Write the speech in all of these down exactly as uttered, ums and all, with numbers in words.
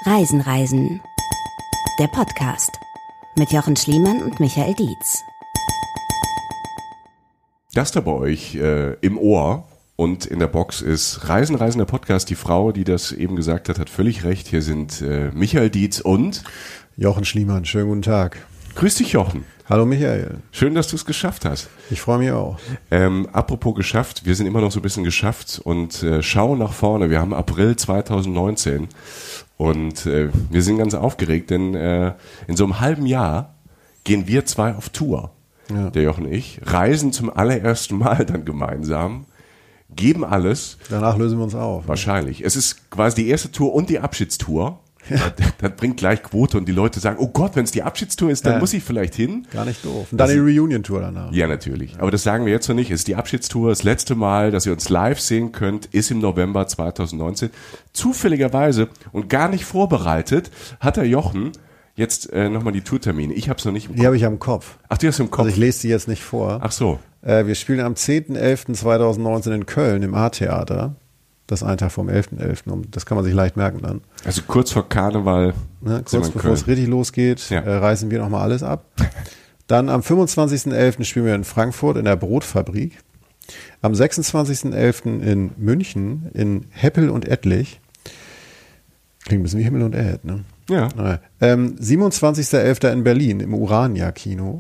Reisen, Reisen. Der Podcast mit Jochen Schliemann und Michael Dietz. Das da bei euch äh, im Ohr und in der Box ist Reisen, Reisen, der Podcast. Die Frau, die das eben gesagt hat, hat völlig recht. Hier sind äh, Michael Dietz und Jochen Schliemann. Schönen guten Tag. Grüß dich, Jochen. Hallo Michael. Schön, dass du es geschafft hast. Ich freue mich auch. Ähm, apropos geschafft, wir sind immer noch so ein bisschen geschafft und äh, schauen nach vorne. Wir haben April zwanzig neunzehn und äh, wir sind ganz aufgeregt, denn äh, in so einem halben Jahr gehen wir zwei auf Tour. Ja. Der Jochen und ich reisen zum allerersten Mal dann gemeinsam, geben alles. Danach lösen wir uns auf. Wahrscheinlich. Es ist quasi die erste Tour und die Abschiedstour. Ja. Das, das bringt gleich Quote und die Leute sagen, oh Gott, wenn es die Abschiedstour ist, dann ja. muss ich vielleicht hin. Gar nicht doof. Und dann die Reunion-Tour danach. Ja, natürlich. Ja. Aber das sagen wir jetzt noch nicht. Es ist die Abschiedstour. Das letzte Mal, dass ihr uns live sehen könnt, ist im November zwanzig neunzehn. Zufälligerweise und gar nicht vorbereitet hat der Jochen jetzt äh, nochmal die Tourtermine. Ich habe es noch nicht im Kopf. Die habe ich am Kopf. Ach, die hast du im Kopf? Also ich lese die jetzt nicht vor. Ach so. Äh, wir spielen am zehnten elften zweitausendneunzehn in Köln im A-Theater. Das ist ein Tag vom elften elften Das kann man sich leicht merken dann. Also kurz vor Karneval. Ne, kurz bevor es richtig losgeht, ja. äh, reißen wir nochmal alles ab. Dann am fünfundzwanzigsten elften spielen wir in Frankfurt in der Brotfabrik. Am sechsundzwanzigsten elften in München in Heppel und Ettlich. Klingt ein bisschen wie Himmel und Erd, ne? Ja. Ähm, siebenundzwanzigsten elften in Berlin im Urania-Kino.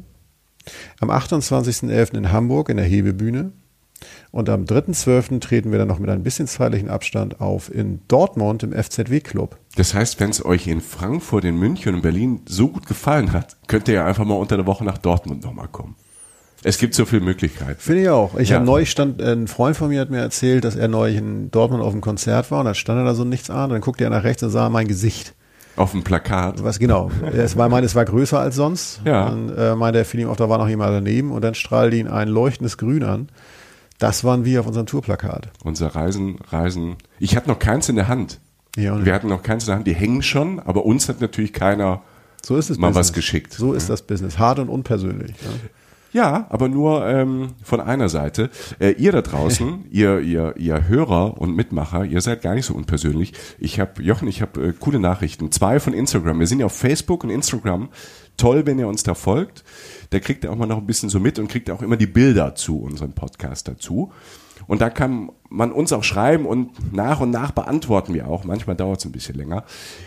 Am achtundzwanzigsten elften in Hamburg in der Hebebühne. Und am dritten zwölften treten wir dann noch mit ein bisschen zeitlichen Abstand auf in Dortmund im F Z W-Club. Das heißt, wenn es euch in Frankfurt, in München und in Berlin so gut gefallen hat, könnt ihr ja einfach mal unter der Woche nach Dortmund nochmal kommen. Es gibt so viele Möglichkeiten. Finde ich auch. Ich ja. habe neulich stand, ein Freund von mir hat mir erzählt, dass er neulich in Dortmund auf einem Konzert war und dann stand er da so nichts an und dann guckte er nach rechts und sah mein Gesicht. Auf dem Plakat. Was genau. Es war, meine, es war größer als sonst. Ja. Und äh, meinte, er fiel ihm auf, da war noch jemand daneben und dann strahlte ihn ein leuchtendes Grün an. Das waren wir auf unserem Tourplakat. Unser Reisen, Reisen. Ich hatte noch keins in der Hand. Ja, wir hatten noch keins in der Hand. Die hängen schon, aber uns hat natürlich keiner so ist es mal Business. was geschickt. So ist das Business. Hart und unpersönlich. Ja. Ja, aber nur ähm, von einer Seite. Äh, ihr da draußen, ihr, ihr, ihr Hörer und Mitmacher, ihr seid gar nicht so unpersönlich. Ich habe, Jochen, ich habe äh, coole Nachrichten. Zwei von Instagram. Wir sind ja auf Facebook und Instagram. Toll, wenn ihr uns da folgt. Da kriegt ihr auch mal noch ein bisschen so mit und kriegt auch immer die Bilder zu unserem Podcast dazu. Und da kann man uns auch schreiben und nach und nach beantworten wir auch. Manchmal dauert es ein bisschen länger.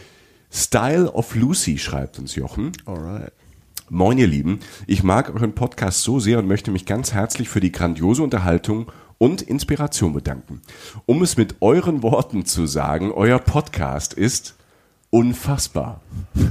Style of Lucy schreibt uns Jochen. Alright. Moin ihr Lieben, ich mag euren Podcast so sehr und möchte mich ganz herzlich für die grandiose Unterhaltung und Inspiration bedanken. Um es mit euren Worten zu sagen, euer Podcast ist unfassbar.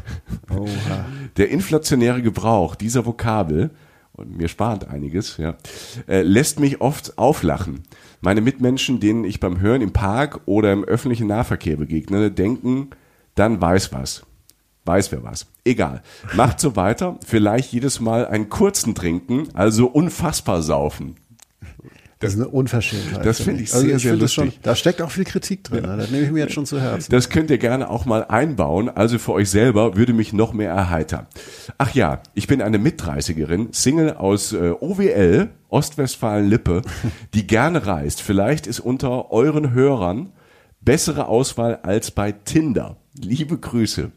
Oha. Der inflationäre Gebrauch dieser Vokabel, und mir spart einiges, ja, äh, lässt mich oft auflachen. Meine Mitmenschen, denen ich beim Hören im Park oder im öffentlichen Nahverkehr begegne, denken, dann weiß was. Weiß wer was. Egal. Macht so weiter. Vielleicht jedes Mal einen kurzen trinken, also unfassbar saufen. Das ist eine Unverschämtheit. Das finde ich also sehr, ich sehr find lustig. Schon, da steckt auch viel Kritik drin. Ja. Das nehme ich mir jetzt schon zu Herzen. Das könnt ihr gerne auch mal einbauen. Also für euch selber würde mich noch mehr erheitern. Ach ja, ich bin eine Mitdreißigerin, Single aus äh, O W L, Ostwestfalen-Lippe, die gerne reist. Vielleicht ist unter euren Hörern bessere Auswahl als bei Tinder. Liebe Grüße.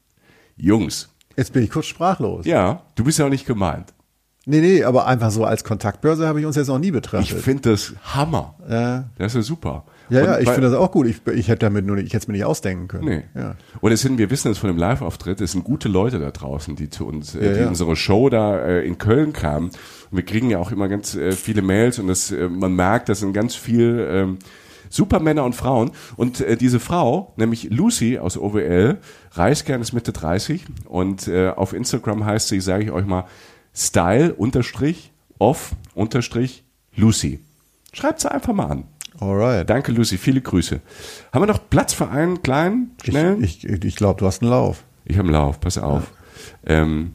Jungs. Jetzt bin ich kurz sprachlos. Ja, du bist ja auch nicht gemeint. Nee, nee, aber einfach so als Kontaktbörse habe ich uns jetzt noch nie betrachtet. Ich finde das Hammer. Ja. Das ist ja super. Ja, und ja, ich weil, finde das auch gut. Ich, ich hätte damit nur nicht, ich hätte es mir nicht ausdenken können. Nee. Ja. Und es sind, wir wissen es von dem Live-Auftritt, es sind gute Leute da draußen, die zu uns, äh, ja, die ja. unsere Show da äh, in Köln kamen. Und wir kriegen ja auch immer ganz äh, viele Mails und das, äh, man merkt, das sind ganz viel ähm, super Männer und Frauen. Und äh, diese Frau, nämlich Lucy aus O W L, reist gerne, ist Mitte dreißig und äh, auf Instagram heißt sie, sage ich euch mal, Style unterstrich off unterstrich Lucy. Schreibt sie einfach mal an. Alright. Danke Lucy, viele Grüße. Haben wir noch Platz für einen kleinen, schnellen? Ich, ich, ich glaube, du hast einen Lauf. Ich habe einen Lauf, pass auf. Ja. Ähm,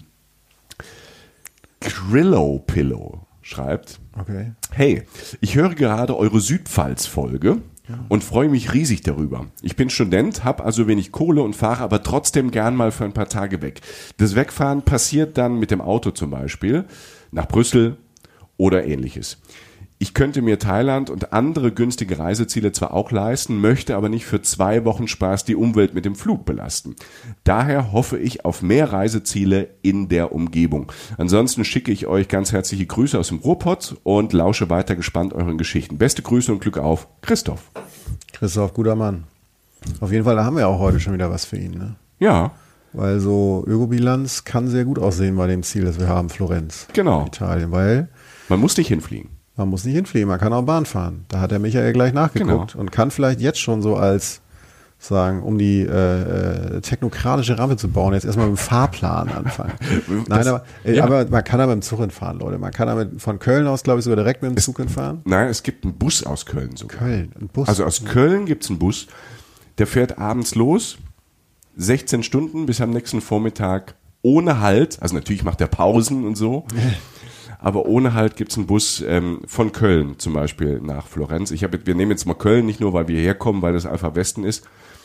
Grillo Pillow schreibt, okay. Hey, ich höre gerade eure Südpfalz-Folge ja. und freue mich riesig darüber. Ich bin Student, habe also wenig Kohle und fahre aber trotzdem gern mal für ein paar Tage weg. Das Wegfahren passiert dann mit dem Auto zum Beispiel nach Brüssel oder ähnliches. Ich könnte mir Thailand und andere günstige Reiseziele zwar auch leisten, möchte aber nicht für zwei Wochen Spaß die Umwelt mit dem Flug belasten. Daher hoffe ich auf mehr Reiseziele in der Umgebung. Ansonsten schicke ich euch ganz herzliche Grüße aus dem Ruhrpott und lausche weiter gespannt euren Geschichten. Beste Grüße und Glück auf, Christoph. Christoph, guter Mann. Auf jeden Fall, da haben wir auch heute schon wieder was für ihn, ne? Ja. Weil so Ökobilanz kann sehr gut aussehen bei dem Ziel, das wir haben, Florenz. Genau. Italien, weil man muss nicht hinfliegen. Man muss nicht hinfliegen, man kann auch Bahn fahren. Da hat der Michael gleich nachgeguckt genau. und kann vielleicht jetzt schon so als, sagen, um die äh, technokratische Rampe zu bauen, jetzt erstmal mit dem Fahrplan anfangen. Nein, das, aber, äh, ja. aber man kann da mit dem Zug hinfahren, Leute. Man kann da mit, von Köln aus, glaube ich, sogar direkt mit dem es, Zug hinfahren. Nein, es gibt einen Bus aus Köln sogar. Köln, ein Bus. Also aus Köln gibt es einen Bus, der fährt abends los, sechzehn Stunden bis am nächsten Vormittag ohne Halt. Also natürlich macht er Pausen und so. Aber ohne Halt gibt es einen Bus ähm, von Köln zum Beispiel nach Florenz. Ich hab, wir nehmen jetzt mal Köln, nicht nur, weil wir herkommen, weil das einfach Westen ist.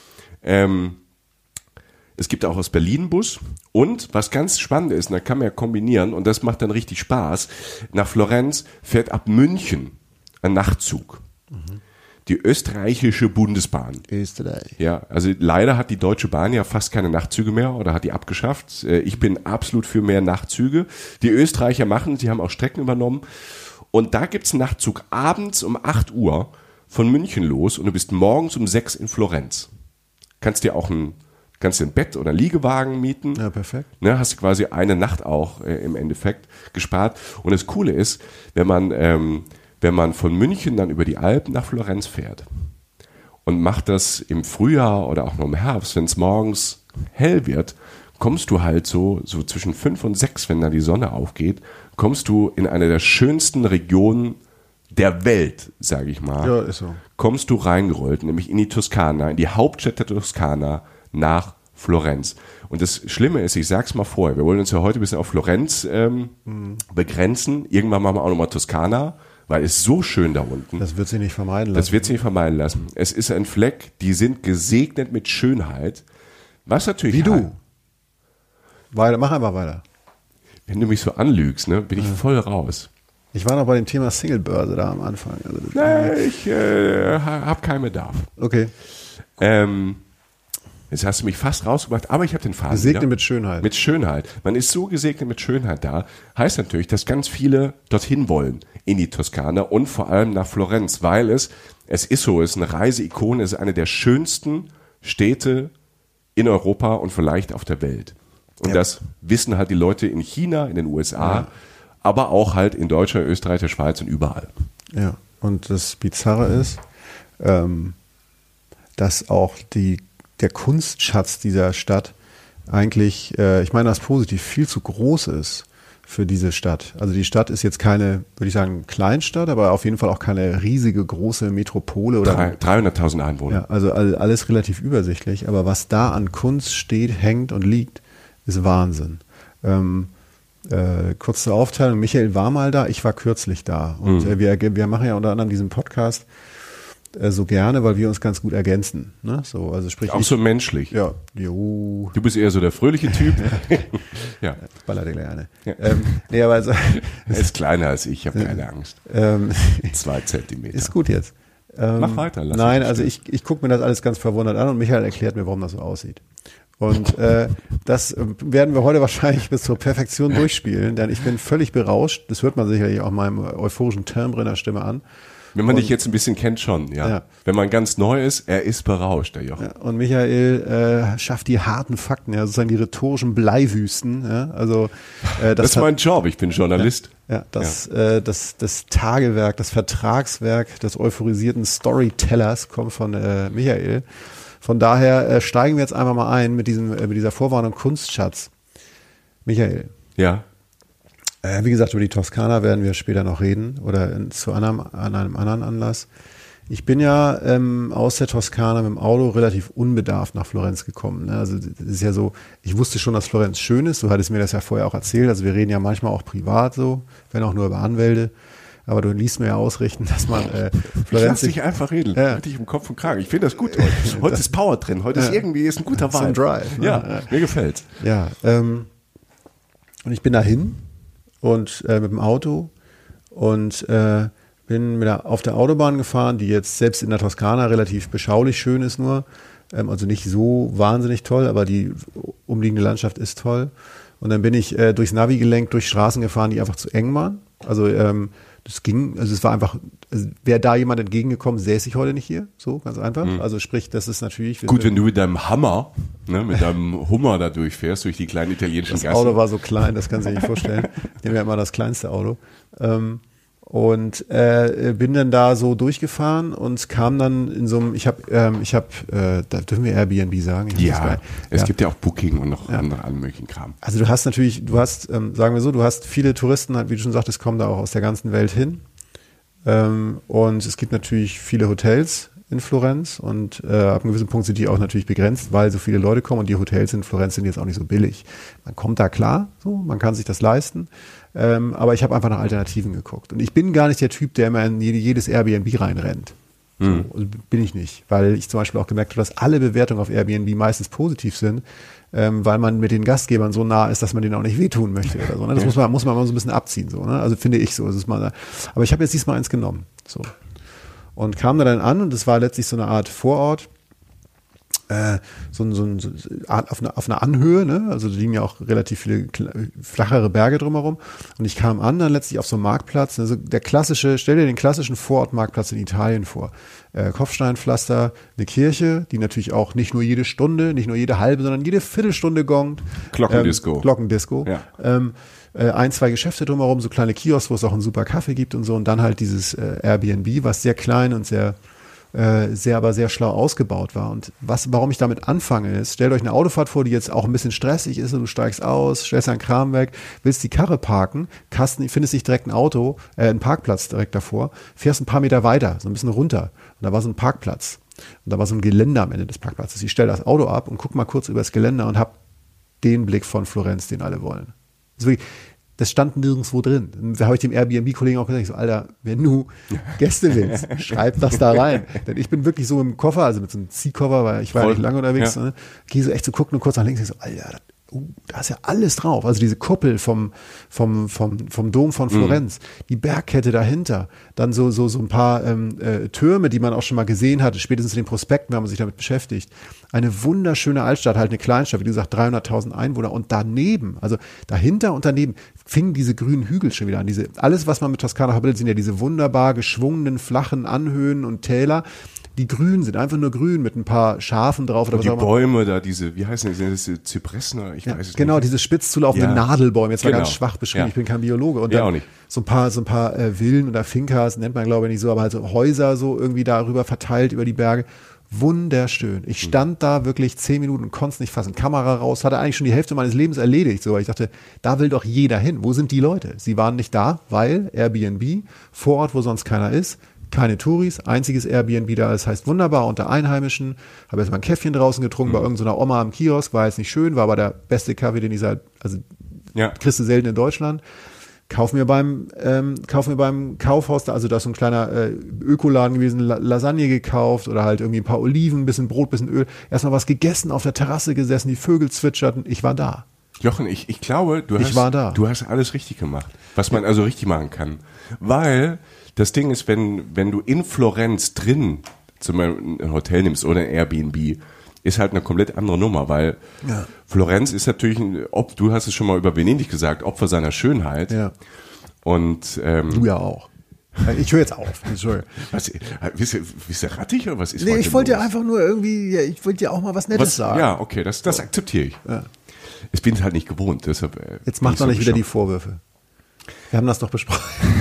Ähm, es gibt auch aus Berlin einen Bus. Und was ganz spannend ist, und da kann man ja kombinieren, und das macht dann richtig Spaß, nach Florenz fährt ab München ein Nachtzug. Mhm. Die österreichische Bundesbahn. Österreich. Ja, also leider hat die Deutsche Bahn ja fast keine Nachtzüge mehr oder hat die abgeschafft. Ich bin absolut für mehr Nachtzüge. Die Österreicher machen, sie haben auch Strecken übernommen. Und da gibt's einen Nachtzug abends um acht Uhr von München los und du bist morgens um sechs in Florenz. Kannst dir auch ein, kannst dir ein Bett oder einen Liegewagen mieten. Ja, perfekt. Ne, hast du quasi eine Nacht auch äh, im Endeffekt gespart. Und das Coole ist, wenn man... Ähm, wenn man von München dann über die Alpen nach Florenz fährt und macht das im Frühjahr oder auch noch im Herbst, wenn es morgens hell wird, kommst du halt so, so zwischen fünf und sechs, wenn da die Sonne aufgeht, kommst du in eine der schönsten Regionen der Welt, sage ich mal. Ja, ist so. Kommst du reingerollt, nämlich in die Toskana, in die Hauptstadt der Toskana nach Florenz. Und das Schlimme ist, ich sag's mal vorher, wir wollen uns ja heute ein bisschen auf Florenz ähm, mhm. begrenzen. Irgendwann machen wir auch nochmal Toskana. Weil es so schön da unten. Das wird sich nicht vermeiden lassen. Das wird sich nicht vermeiden lassen. Es ist ein Fleck, die sind gesegnet mit Schönheit. Was natürlich. Wie du. Weiter, mach einfach weiter. Wenn du mich so anlügst, ne, bin ich ja. voll raus. Ich war noch bei dem Thema Singlebörse da am Anfang. Also nee, ich äh, habe keinen Bedarf. Okay. Ähm, Jetzt hast du mich fast rausgebracht, aber ich habe den Faden. Gesegnet wieder. mit Schönheit. Mit Schönheit. Man ist so gesegnet mit Schönheit da. Heißt natürlich, dass ganz viele dorthin wollen, in die Toskana und vor allem nach Florenz, weil es, es ist so, es ist eine Reiseikone, es ist eine der schönsten Städte in Europa und vielleicht auf der Welt. Und ja. das wissen halt die Leute in China, in den U S A, ja. aber auch halt in Deutschland, Österreich, der Schweiz und überall. Ja, und das Bizarre ist, ähm, dass auch die der Kunstschatz dieser Stadt eigentlich, äh, ich meine das positiv, viel zu groß ist für diese Stadt. Also die Stadt ist jetzt keine, würde ich sagen, Kleinstadt, aber auf jeden Fall auch keine riesige, große Metropole. Oder dreihunderttausend Einwohner. Ja, also alles relativ übersichtlich. Aber was da an Kunst steht, hängt und liegt, ist Wahnsinn. Ähm, äh, kurz zur Aufteilung, Michael war mal da, ich war kürzlich da. Und mhm. äh, wir, wir machen ja unter anderem diesen Podcast so gerne, weil wir uns ganz gut ergänzen. Ne? So, also sprich auch ich, so menschlich. Ja. Jo. Du bist eher so der fröhliche Typ. ja. Ballert er gerne. Ja. Ähm, nee, aber also, er ist kleiner als ich, ich habe keine Angst. Ähm, Zwei Zentimeter. Ist gut jetzt. Ähm, Mach weiter. Lass nein, also ich, ich gucke mir das alles ganz verwundert an und Michael erklärt mir, warum das so aussieht. Und äh, das werden wir heute wahrscheinlich bis zur Perfektion durchspielen, denn ich bin völlig berauscht. Das hört man sicherlich auch meinem euphorischen Timbre in der Stimme an. Wenn man und, dich jetzt ein bisschen kennt schon, ja. ja. Wenn man ganz neu ist, er ist berauscht, der Jochen. Ja, und Michael äh, schafft die harten Fakten, ja, sozusagen die rhetorischen Bleiwüsten. Ja, also äh, das, das ist hat, mein Job, ich bin Journalist. Ja, ja das, ja. Äh, das, das Tagewerk, das Vertragswerk des euphorisierten Storytellers kommt von äh, Michael. Von daher äh, steigen wir jetzt einfach mal ein mit, diesem, äh, mit dieser Vorwarnung Kunstschatz. Michael. Ja. Wie gesagt, über die Toskana werden wir später noch reden oder in, zu einem, an einem anderen Anlass. Ich bin ja ähm, aus der Toskana mit dem Auto relativ unbedarft nach Florenz gekommen. Ne? Also das ist ja so, ich wusste schon, dass Florenz schön ist, du hattest mir das ja vorher auch erzählt, also wir reden ja manchmal auch privat so, wenn auch nur über Anwälte. Aber du liest mir ja ausrichten, dass man äh, Florenz... Ich lass dich einfach reden, ja. Richtig im Kopf und Kragen. Ich finde das gut heute. Heute das, ist Power drin, heute ja. ist irgendwie ist ein guter Vibe. Ein Drive. Ne? Ja, mir gefällt's. Ja, ähm, und ich bin dahin und äh, mit dem Auto und äh, bin bin mit der, auf der Autobahn gefahren, die jetzt selbst in der Toskana relativ beschaulich schön ist nur. Ähm, also nicht so wahnsinnig toll, aber die umliegende Landschaft ist toll. Und dann bin ich äh, durchs Navi gelenkt, durch Straßen gefahren, die einfach zu eng waren. Also ähm, das ging, also es war einfach, also wäre da jemand entgegengekommen, säße ich heute nicht hier, so ganz einfach. Mhm. Also sprich, das ist natürlich... Gut, wenn du mit deinem Hammer, ne, mit deinem Hummer da durchfährst, durch die kleinen italienischen Gassen. Das Auto war so klein, das kannst du dir nicht vorstellen. Ich nehme ja immer das kleinste Auto. Ähm, und äh, bin dann da so durchgefahren und kam dann in so einem, ich habe, ähm, ich habe, äh, da dürfen wir Airbnb sagen? Ich ja, es ja. gibt ja auch Booking und noch ja. andere allen möglichen Kram. Also du hast natürlich, du hast, ähm, sagen wir so, du hast viele Touristen, wie du schon sagtest, kommen da auch aus der ganzen Welt hin. Ähm, und es gibt natürlich viele Hotels in Florenz und äh, ab einem gewissen Punkt sind die auch natürlich begrenzt, weil so viele Leute kommen und die Hotels in Florenz sind jetzt auch nicht so billig. Man kommt da klar, so, man kann sich das leisten, ähm, aber ich habe einfach nach Alternativen geguckt und ich bin gar nicht der Typ, der immer in jede, jedes Airbnb reinrennt. So, hm. also bin ich nicht, weil ich zum Beispiel auch gemerkt habe, dass alle Bewertungen auf Airbnb meistens positiv sind, ähm, weil man mit den Gastgebern so nah ist, dass man denen auch nicht wehtun möchte oder so. Ne? Das muss man, muss man mal so ein bisschen abziehen, so. Ne? Also finde ich so. Das ist mal, aber ich habe jetzt diesmal eins genommen, so. Und kam da dann an und es war letztlich so eine Art Vorort, äh, so, so, so auf, eine, auf einer Anhöhe, ne? Also da liegen ja auch relativ viele flachere Berge drumherum. Und ich kam an dann letztlich auf so einem Marktplatz, also der klassische, stell dir den klassischen Vorortmarktplatz in Italien vor. Äh, Kopfsteinpflaster, eine Kirche, die natürlich auch nicht nur jede Stunde, nicht nur jede halbe, sondern jede Viertelstunde gongt. Glockendisco. Ähm, Glockendisco. Ja. Ähm, ein, zwei Geschäfte drumherum, so kleine Kiosks, wo es auch einen super Kaffee gibt und so und dann halt dieses äh, Airbnb, was sehr klein und sehr, äh, sehr, aber sehr schlau ausgebaut war. Und was, warum ich damit anfange ist, stellt euch eine Autofahrt vor, die jetzt auch ein bisschen stressig ist und du steigst aus, stellst deinen Kram weg, willst die Karre parken, Kasten, findest nicht direkt ein Auto, äh, einen Parkplatz direkt davor, fährst ein paar Meter weiter, so ein bisschen runter und da war so ein Parkplatz und da war so ein Geländer am Ende des Parkplatzes. Ich stelle das Auto ab und guck mal kurz über das Geländer und hab den Blick von Florenz, den alle wollen. Das stand nirgendwo drin. Da habe ich dem Airbnb-Kollegen auch gesagt, ich so, Alter, wenn du Gäste willst, schreib das da rein. Denn ich bin wirklich so mit dem Koffer, also mit so einem Ziehkoffer, weil ich war ja nicht lange unterwegs, ja. Ne? Gehe so echt so gucken und kurz nach links, ich so, Alter, das, oh, da ist ja alles drauf. Also diese Kuppel vom, vom, vom, vom Dom von Florenz, mhm. die Bergkette dahinter, dann so, so, so ein paar ähm, äh, Türme, die man auch schon mal gesehen hatte, spätestens in den Prospekten, wenn man sich damit beschäftigt. Eine wunderschöne Altstadt, halt eine Kleinstadt, wie du sagst, dreihunderttausend Einwohner und daneben, also dahinter und daneben fingen diese grünen Hügel schon wieder an. Diese, alles, was man mit Toskana verbindet, sind ja diese wunderbar geschwungenen, flachen Anhöhen und Täler, die grün sind, einfach nur grün mit ein paar Schafen drauf. Oder und was die auch Bäume da, diese, wie heißen die, sind das Zypressen oder ich ja, weiß es genau, nicht. diese spitz zulaufenden ja. Nadelbäume, jetzt mal genau. ganz schwach beschrieben, ja. ich bin kein Biologe. Und ja, dann auch nicht. so ein paar, so ein paar äh, Villen oder Fincas, nennt man glaube ich nicht so, aber halt so Häuser so irgendwie darüber verteilt über die Berge. Wunderschön. Ich stand mhm. da wirklich zehn Minuten und konnte es nicht fassen. Kamera raus, hatte eigentlich schon die Hälfte meines Lebens erledigt. So, ich dachte, da will doch jeder hin. Wo sind die Leute? Sie waren nicht da, weil Airbnb, vor Ort, wo sonst keiner ist, keine Touris, einziges Airbnb da, das heißt wunderbar unter Einheimischen. Habe jetzt mal ein Käffchen draußen getrunken mhm. bei irgendeiner Oma am Kiosk, war jetzt nicht schön, war aber der beste Kaffee, den ich seit, also ja. kriegst du selten in Deutschland. Kauf mir beim, ähm, kauf mir beim Kaufhaus, also da ist so ein kleiner äh, Ökoladen gewesen, La- Lasagne gekauft oder halt irgendwie ein paar Oliven, ein bisschen Brot, ein bisschen Öl. Erstmal was gegessen, auf der Terrasse gesessen, die Vögel zwitscherten. Ich war da. Jochen, ich, ich glaube, du ich hast, war da. du hast alles richtig gemacht, was man also richtig machen kann. Weil das Ding ist, wenn, wenn du in Florenz drin zum Beispiel ein Hotel nimmst oder ein Airbnb, ist halt eine komplett andere Nummer, weil ja. Florenz ist natürlich, ein, ob du hast es schon mal über Venedig gesagt, Opfer seiner Schönheit. Ja. Und ähm, du ja auch. Ich höre jetzt auf. Entschuldigung. Was, bist, du, bist du rattig oder was ist Nee, ich wollte ja einfach nur irgendwie, ich wollte dir auch mal was Nettes was, sagen. Ja, okay, das, das akzeptiere ich. Ja. Ich bin es halt nicht gewohnt, deshalb. Äh, jetzt macht doch nicht wieder die Vorwürfe. Wir haben das doch besprochen.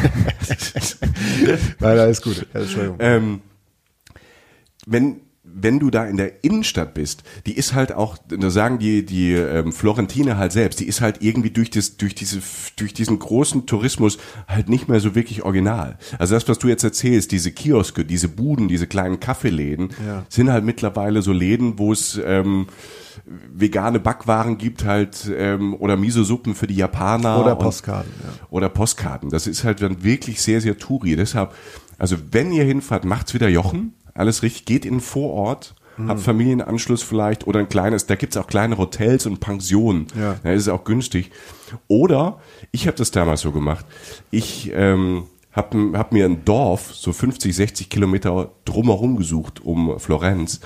Nein, alles gut. Ja, Entschuldigung. Ähm, wenn wenn du da in der Innenstadt bist, die ist halt auch, da sagen die die ähm, Florentiner halt selbst, die ist halt irgendwie durch das durch diese durch diesen großen Tourismus halt nicht mehr so wirklich original. Also das, was du jetzt erzählst, diese Kioske, diese Buden, diese kleinen Kaffeeläden, ja. sind halt mittlerweile so Läden, wo es ähm, vegane Backwaren gibt halt ähm, oder Miso-Suppen für die Japaner oder Postkarten und, ja. oder Postkarten. Das ist halt dann wirklich sehr sehr Touri. Deshalb, also wenn ihr hinfahrt, macht's wieder Jochen. Alles richtig, geht in den Vorort, mhm. habt Familienanschluss vielleicht oder ein kleines, da gibt's auch kleine Hotels und Pensionen, ja. da ist es auch günstig. Oder, ich habe das damals so gemacht, ich ähm, hab, hab mir ein Dorf so fünfzig, sechzig Kilometer drumherum gesucht um Florenz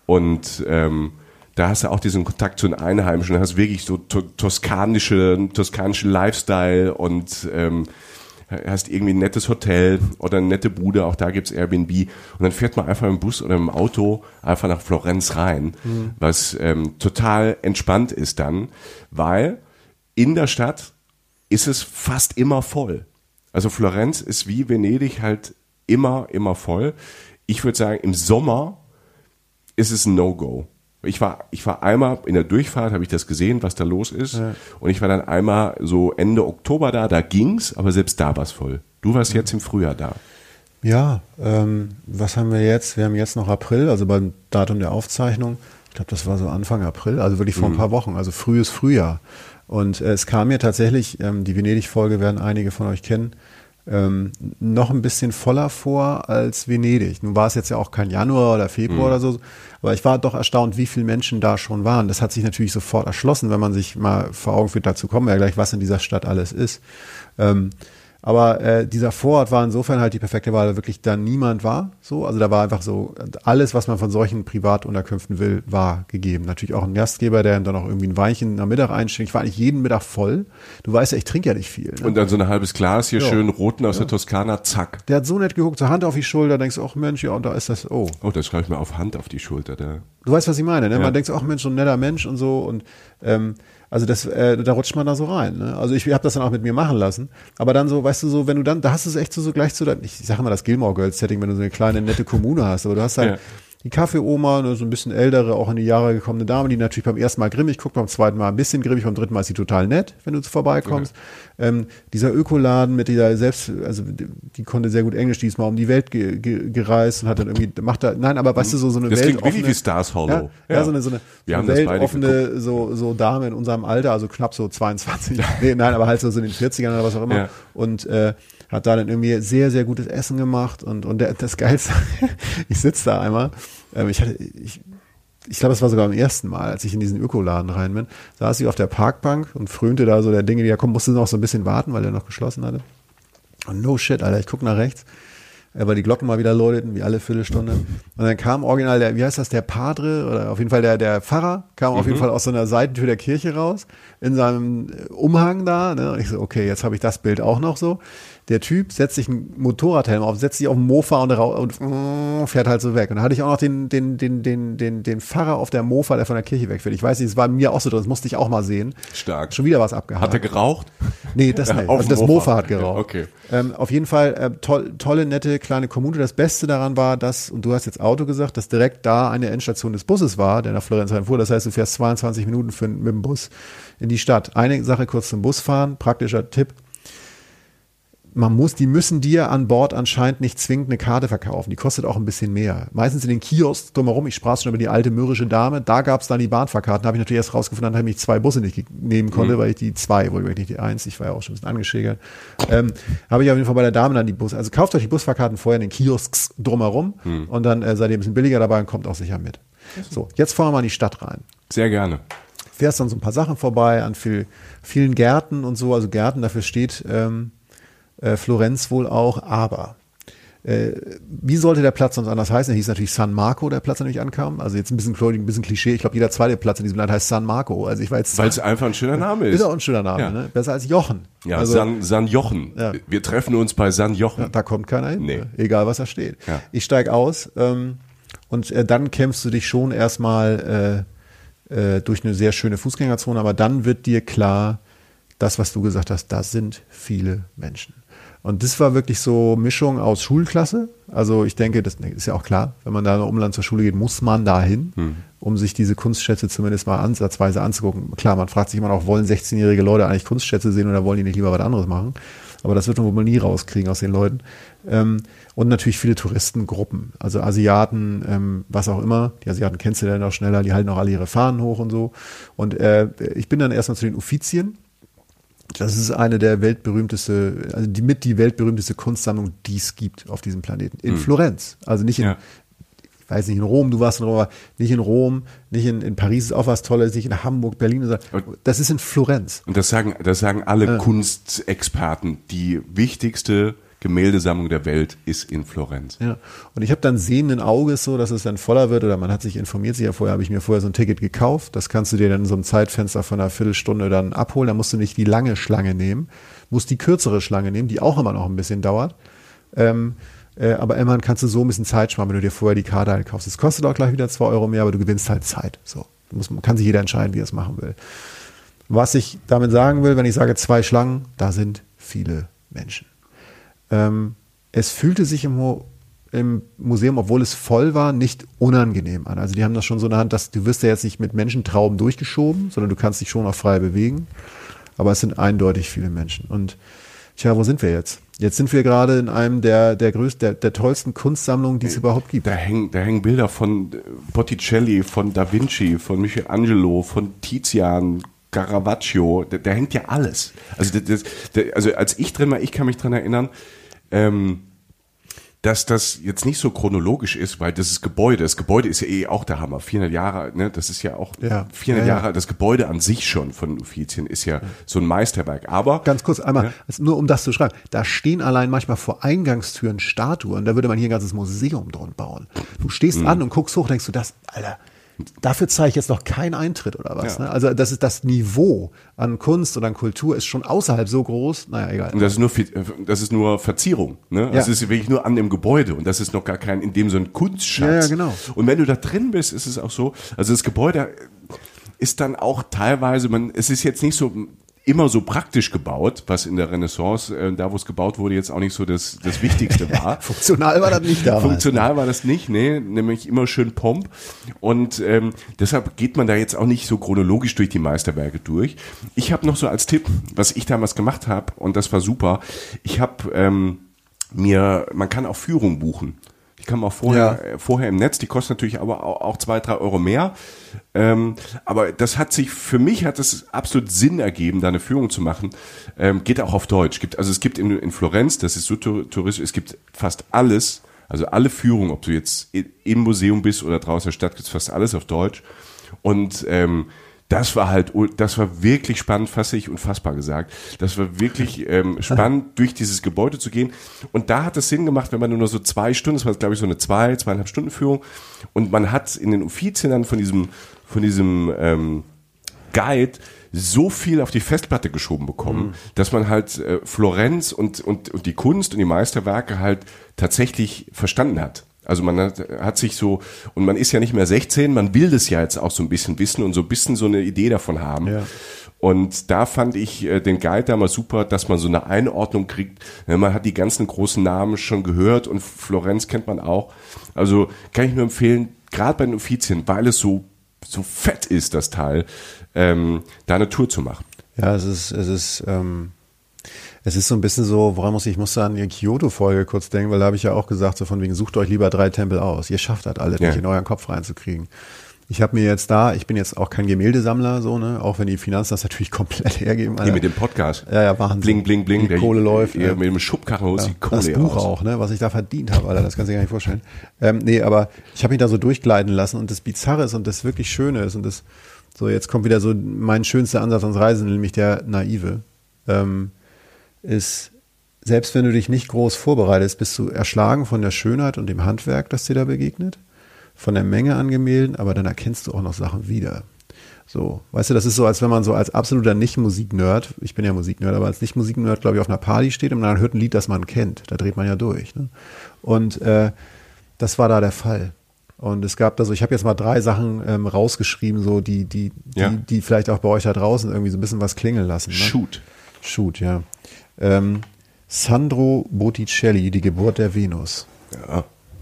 und ähm, da hast du auch diesen Kontakt zu den Einheimischen, da hast du wirklich so to- toskanische, toskanischen Lifestyle und ähm, hast irgendwie ein nettes Hotel oder eine nette Bude, auch da gibt's Airbnb und dann fährt man einfach im Bus oder im Auto einfach nach Florenz rein, mhm. was ähm, total entspannt ist dann, weil in der Stadt ist es fast immer voll. Also Florenz ist wie Venedig halt immer, immer voll. Ich würde sagen, im Sommer ist es ein No-Go. Ich war, ich war einmal in der Durchfahrt, habe ich das gesehen, was da los ist. Ja. Und ich war dann einmal so Ende Oktober da, da ging's, aber selbst da war es voll. Du warst jetzt im Frühjahr da. Ja, ähm, was haben wir jetzt? Wir haben jetzt noch April, also beim Datum der Aufzeichnung. Ich glaube, das war so Anfang April, also wirklich vor mhm. ein paar Wochen, also frühes Frühjahr. Und äh, es kam mir tatsächlich, ähm, die Venedig-Folge werden einige von euch kennen, ähm, noch ein bisschen voller vor als Venedig. Nun war es jetzt ja auch kein Januar oder Februar mhm. oder so, aber ich war doch erstaunt, wie viele Menschen da schon waren. Das hat sich natürlich sofort erschlossen, wenn man sich mal vor Augen führt, dazu kommen wir ja gleich, was in dieser Stadt alles ist. Ähm, Aber äh, dieser Vorort war insofern halt die perfekte Wahl, weil wirklich da niemand war. So, also da war einfach so alles, was man von solchen Privatunterkünften will, war gegeben. Natürlich auch ein Gastgeber, der dann auch irgendwie ein Weinchen am Mittag einschenkt. Ich war eigentlich jeden Mittag voll. Du weißt ja, ich trinke ja nicht viel. Ne? Und dann so ein halbes Glas hier, ja. schön roten aus ja. der Toskana, zack. Der hat so nett geguckt, so Hand auf die Schulter, denkst du, ach Mensch, ja, und da ist das, oh. Oh, das schreibe ich mir auf Hand auf die Schulter. Da. Du weißt, was ich meine, ne? Ja. Man denkt so, ach Mensch, so ein netter Mensch und so und ähm, also das, äh, da rutscht man da so rein. Ne? Also ich habe das dann auch mit mir machen lassen. Aber dann so, weißt du, so, wenn du dann, da hast du es echt so, so gleich zu, ich sage mal das Gilmore Girls Setting, wenn du so eine kleine, nette Kommune hast. Aber du hast halt ja. die Kaffeeoma, ne, so ein bisschen ältere, auch in die Jahre gekommene Dame, die natürlich beim ersten Mal grimmig guckt, beim zweiten Mal ein bisschen grimmig, beim dritten Mal ist sie total nett, wenn du vorbeikommst. Ja. Ähm, dieser Ökoladen mit dieser selbst, also die, die konnte sehr gut Englisch, die ist mal um die Welt ge, ge, gereist und hat dann irgendwie, macht da, nein, aber weißt du, so, so eine das Welt. Das klingt wirklich wie Stars Hollow. Ja, ja. ja, so eine, so eine, so eine weltoffene so, so Dame in unserem Alter, also knapp so zweiundzwanzig, nee, nein, aber halt so, so in den vierzigern oder was auch immer. Ja. Und äh, hat da dann irgendwie sehr, sehr gutes Essen gemacht und, und der, das Geilste, ich sitze da einmal, ähm, ich hatte, ich, ich glaube, es war sogar beim ersten Mal, als ich in diesen Ökoladen rein bin, saß ich auf der Parkbank und frönte da so der Dinge, die ja kommen, musste noch so ein bisschen warten, weil er noch geschlossen hatte. Und no shit, Alter, ich gucke nach rechts, weil die Glocken mal wieder läuteten, wie alle Viertelstunde. Und dann kam original der, wie heißt das, der Padre, oder auf jeden Fall der, der Pfarrer, kam mhm. auf jeden Fall aus so einer Seitentür der Kirche raus, in seinem Umhang da, ne? Und ich so, okay, jetzt habe ich das Bild auch noch so. Der Typ setzt sich einen Motorradhelm auf, setzt sich auf den Mofa und, und fährt halt so weg. Und da hatte ich auch noch den, den, den, den, den, den Pfarrer auf der Mofa, der von der Kirche wegfährt. Ich weiß nicht, es war mir auch so drin, das musste ich auch mal sehen. Stark. Schon wieder was abgehakt. Hat er geraucht? Nee, das nicht. Auf Also das Mofa. Mofa hat geraucht. Okay. Ähm, auf jeden Fall äh, toll, tolle, nette, kleine Kommune. Das Beste daran war, dass, und du hast jetzt Auto gesagt, dass direkt da eine Endstation des Busses war, der nach Florenz reinfuhr. Das heißt, du fährst zweiundzwanzig Minuten für, mit dem Bus in die Stadt. Eine Sache kurz zum Busfahren, praktischer Tipp. Man muss, die müssen dir an Bord anscheinend nicht zwingend eine Karte verkaufen. Die kostet auch ein bisschen mehr. Meistens in den Kiosks drumherum, ich sprach schon über die alte mürrische Dame, da gab es dann die Bahnfahrkarten. Da habe ich natürlich erst rausgefunden, dass ich zwei Busse nicht nehmen konnte, mhm. weil ich die zwei, wohl nicht die eins, ich war ja auch schon ein bisschen angeschägert. Ähm, habe ich auf jeden Fall bei der Dame dann die Busse. Also kauft euch die Busfahrkarten vorher in den Kiosks drumherum mhm. und dann äh, seid ihr ein bisschen billiger dabei und kommt auch sicher mit. So, jetzt fahren wir mal in die Stadt rein. Sehr gerne. Fährst dann so ein paar Sachen vorbei, an viel, vielen Gärten und so. Also Gärten, dafür steht ähm, Äh, Florenz wohl auch, aber äh, wie sollte der Platz sonst anders heißen? Er hieß natürlich San Marco, der Platz, an dem ich ankam. Also jetzt ein bisschen, ein bisschen Klischee. Ich glaube, jeder zweite Platz in diesem Land heißt San Marco. Also ich war jetzt weil es einfach ein schöner Name ist. Ist auch ein schöner Name, ja. ne? Besser als Jochen. Ja, also, San, San Jochen. Ja. Wir treffen uns bei San Jochen. Ja, da kommt keiner hin, nee. egal was da steht. Ja. Ich steige aus ähm, und äh, dann kämpfst du dich schon erstmal äh, äh, durch eine sehr schöne Fußgängerzone, aber dann wird dir klar, das, was du gesagt hast, da sind viele Menschen. Und das war wirklich so Mischung aus Schulklasse. Also ich denke, das ist ja auch klar, wenn man da im Umland zur Schule geht, muss man da hin, hm. um sich diese Kunstschätze zumindest mal ansatzweise anzugucken. Klar, man fragt sich immer noch, wollen sechzehnjährige Leute eigentlich Kunstschätze sehen oder wollen die nicht lieber was anderes machen? Aber das wird man wohl nie rauskriegen aus den Leuten. Und natürlich viele Touristengruppen, also Asiaten, was auch immer. Die Asiaten kennst du dann auch schneller, die halten auch alle ihre Fahnen hoch und so. Und ich bin dann erstmal zu den Uffizien. Das ist eine der weltberühmteste, also die mit die weltberühmteste Kunstsammlung, die es gibt auf diesem Planeten. In hm. Florenz. Also nicht in, ja. ich weiß nicht, in Rom, du warst in Rom, aber nicht in Rom, nicht in, in Paris ist auch was Tolles, nicht in Hamburg, Berlin. Das ist in Florenz. Und das sagen, das sagen alle ja. Kunstexperten. Die wichtigste Gemäldesammlung der Welt ist in Florenz. Ja, und ich habe dann sehenden Auges so, dass es dann voller wird oder man hat sich informiert, sich ja vorher, habe ich mir vorher so ein Ticket gekauft, das kannst du dir dann in so einem Zeitfenster von einer Viertelstunde dann abholen, da musst du nicht die lange Schlange nehmen, musst die kürzere Schlange nehmen, die auch immer noch ein bisschen dauert, ähm, äh, aber immerhin kannst du so ein bisschen Zeit sparen, wenn du dir vorher die Karte halt kaufst. Es kostet auch gleich wieder zwei Euro mehr, aber du gewinnst halt Zeit, so. Muss, kann sich jeder entscheiden, wie er es machen will. Was ich damit sagen will, wenn ich sage zwei Schlangen, da sind viele Menschen. Ähm, es fühlte sich im, Mo- im Museum, obwohl es voll war, nicht unangenehm an. Also die haben das schon so in der Hand, dass du wirst ja jetzt nicht mit Menschentrauben durchgeschoben, sondern du kannst dich schon auch frei bewegen. Aber es sind eindeutig viele Menschen. Und tja, wo sind wir jetzt? Jetzt sind wir gerade in einem der, der größten, der, der tollsten Kunstsammlungen, die es überhaupt gibt. Da hängen, da hängen Bilder von Botticelli, von Da Vinci, von Michelangelo, von Tizian, Caravaggio, da, da hängt ja alles. Also, das, das, also als ich drin war, ich kann mich dran erinnern, ähm, dass das jetzt nicht so chronologisch ist, weil das ist Gebäude. Das Gebäude ist ja eh auch der Hammer. vierhundert Jahre, ne? Das ist ja auch ja. vierhundert ja, Jahre. ja. Das Gebäude an sich schon von Uffizien ist ja so ein Meisterwerk. Aber ganz kurz einmal, ja? also nur um das zu schreiben, da stehen allein manchmal vor Eingangstüren Statuen. Da würde man hier ein ganzes Museum drin bauen. Du stehst mhm. an und guckst hoch, denkst du, das, Alter. Dafür zahle ich jetzt noch keinen Eintritt oder was. Ja. Ne? Also das ist das Niveau an Kunst oder an Kultur ist schon außerhalb so groß. Naja, egal. Und das ist nur, das ist nur Verzierung. Ne? Ja. Das ist wirklich nur an dem Gebäude und das ist noch gar kein, in dem so ein Kunstschatz. Ja, ja, genau. Und wenn du da drin bist, ist es auch so, also das Gebäude ist dann auch teilweise, man, es ist jetzt nicht so immer so praktisch gebaut, was in der Renaissance, äh, da wo es gebaut wurde, jetzt auch nicht so das, das Wichtigste war. Funktional war das nicht da. Funktional war das nicht, nee, nämlich immer schön Pomp. Und ähm, deshalb geht man da jetzt auch nicht so chronologisch durch die Meisterwerke durch. Ich habe noch so als Tipp, was ich damals gemacht habe, und das war super, ich habe ähm, mir, man kann auch Führung buchen. Ich kann auch vorher, ja. vorher im Netz, die kosten natürlich aber auch, auch zwei, drei Euro mehr. Ähm, aber das hat sich, für mich hat es absolut Sinn ergeben, da eine Führung zu machen. Ähm, geht auch auf Deutsch. Gibt, also es gibt in, in Florenz, das ist so touristisch, es gibt fast alles, also alle Führungen, ob du jetzt im Museum bist oder draußen in der Stadt, gibt es fast alles auf Deutsch. Und ähm, das war halt, das war wirklich spannend, fast nicht unfassbar gesagt. Das war wirklich ähm, spannend, durch dieses Gebäude zu gehen. Und da hat es Sinn gemacht, wenn man nur so zwei Stunden, das war glaube ich so eine zwei, zweieinhalb Stunden Führung. Und man hat in den Uffizien dann von diesem, von diesem ähm, Guide so viel auf die Festplatte geschoben bekommen, mhm. dass man halt äh, Florenz und, und, und die Kunst und die Meisterwerke halt tatsächlich verstanden hat. Also man hat, hat sich so, und man ist ja nicht mehr sechzehn, man will das ja jetzt auch so ein bisschen wissen und so ein bisschen so eine Idee davon haben. Ja. Und da fand ich äh, den Guide damals super, dass man so eine Einordnung kriegt. Ja, man hat die ganzen großen Namen schon gehört und Florenz kennt man auch. Also kann ich nur empfehlen, gerade bei den Uffizien, weil es so, so fett ist, das Teil, ähm, da eine Tour zu machen. Ja, es ist, es ist, ähm Es ist so ein bisschen so, woran muss ich, ich musste an die Kyoto-Folge kurz denken, weil da habe ich ja auch gesagt, so von wegen, sucht euch lieber drei Tempel aus. Ihr schafft das alle ja. nicht in euren Kopf reinzukriegen. Ich habe mir jetzt da, ich bin jetzt auch kein Gemäldesammler, so, ne, auch wenn die Finanzen das natürlich komplett hergeben. Hier mit dem Podcast. Ja, ja, Wahnsinn. Bling, bling, bling. Die der, Kohle läuft. Ja, ne? mit dem Schubkarren holst ja, die Kohle Das Buch raus. auch, ne, was ich da verdient habe, Alter, das kannst du dir gar nicht vorstellen. Ähm, nee, aber ich habe mich da so durchgleiten lassen und das Bizarre ist und das wirklich Schöne ist und das, so, jetzt kommt wieder so mein schönster Ansatz ans Reisen, nämlich der Naive, ähm, ist, selbst wenn du dich nicht groß vorbereitest, bist du erschlagen von der Schönheit und dem Handwerk, das dir da begegnet, von der Menge an Gemälden, aber dann erkennst du auch noch Sachen wieder. So, weißt du, das ist so, als wenn man so als absoluter Nicht-Musik-Nerd, ich bin ja Musik-Nerd, aber als Nicht-Musik-Nerd, glaube ich, auf einer Party steht und man hört ein Lied, das man kennt. Da dreht man ja durch. Ne? Und äh, das war da der Fall. Und es gab da so, ich habe jetzt mal drei Sachen ähm, rausgeschrieben, so die, die, die, ja. die vielleicht auch bei euch da draußen irgendwie so ein bisschen was klingeln lassen. Ne? Shoot. Shoot, ja. Ähm, Sandro Botticelli, die Geburt der Venus. Ja.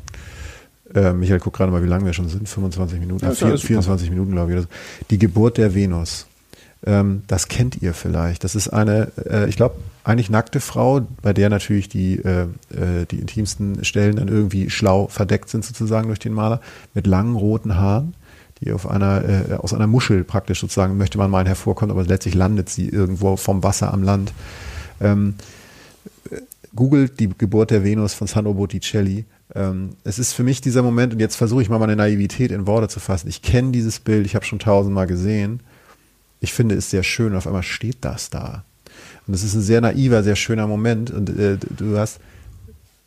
Äh, Michael, guck gerade mal, wie lange wir schon sind. fünfundzwanzig Minuten, ja, vier, vierundzwanzig Minuten, glaube ich. Die Geburt der Venus. Ähm, das kennt ihr vielleicht. Das ist eine, äh, ich glaube, eigentlich nackte Frau, bei der natürlich die, äh, äh, die intimsten Stellen dann irgendwie schlau verdeckt sind, sozusagen durch den Maler, mit langen roten Haaren, die auf einer, äh, aus einer Muschel praktisch sozusagen, möchte man meinen, hervorkommt, aber letztlich landet sie irgendwo vom Wasser am Land. Ähm, googelt die Geburt der Venus von Sandro Botticelli. Ähm, es ist für mich dieser Moment, und jetzt versuche ich mal meine Naivität in Worte zu fassen. Ich kenne dieses Bild, ich habe schon tausendmal gesehen. Ich finde es sehr schön und auf einmal steht das da. Und es ist ein sehr naiver, sehr schöner Moment und äh, du hast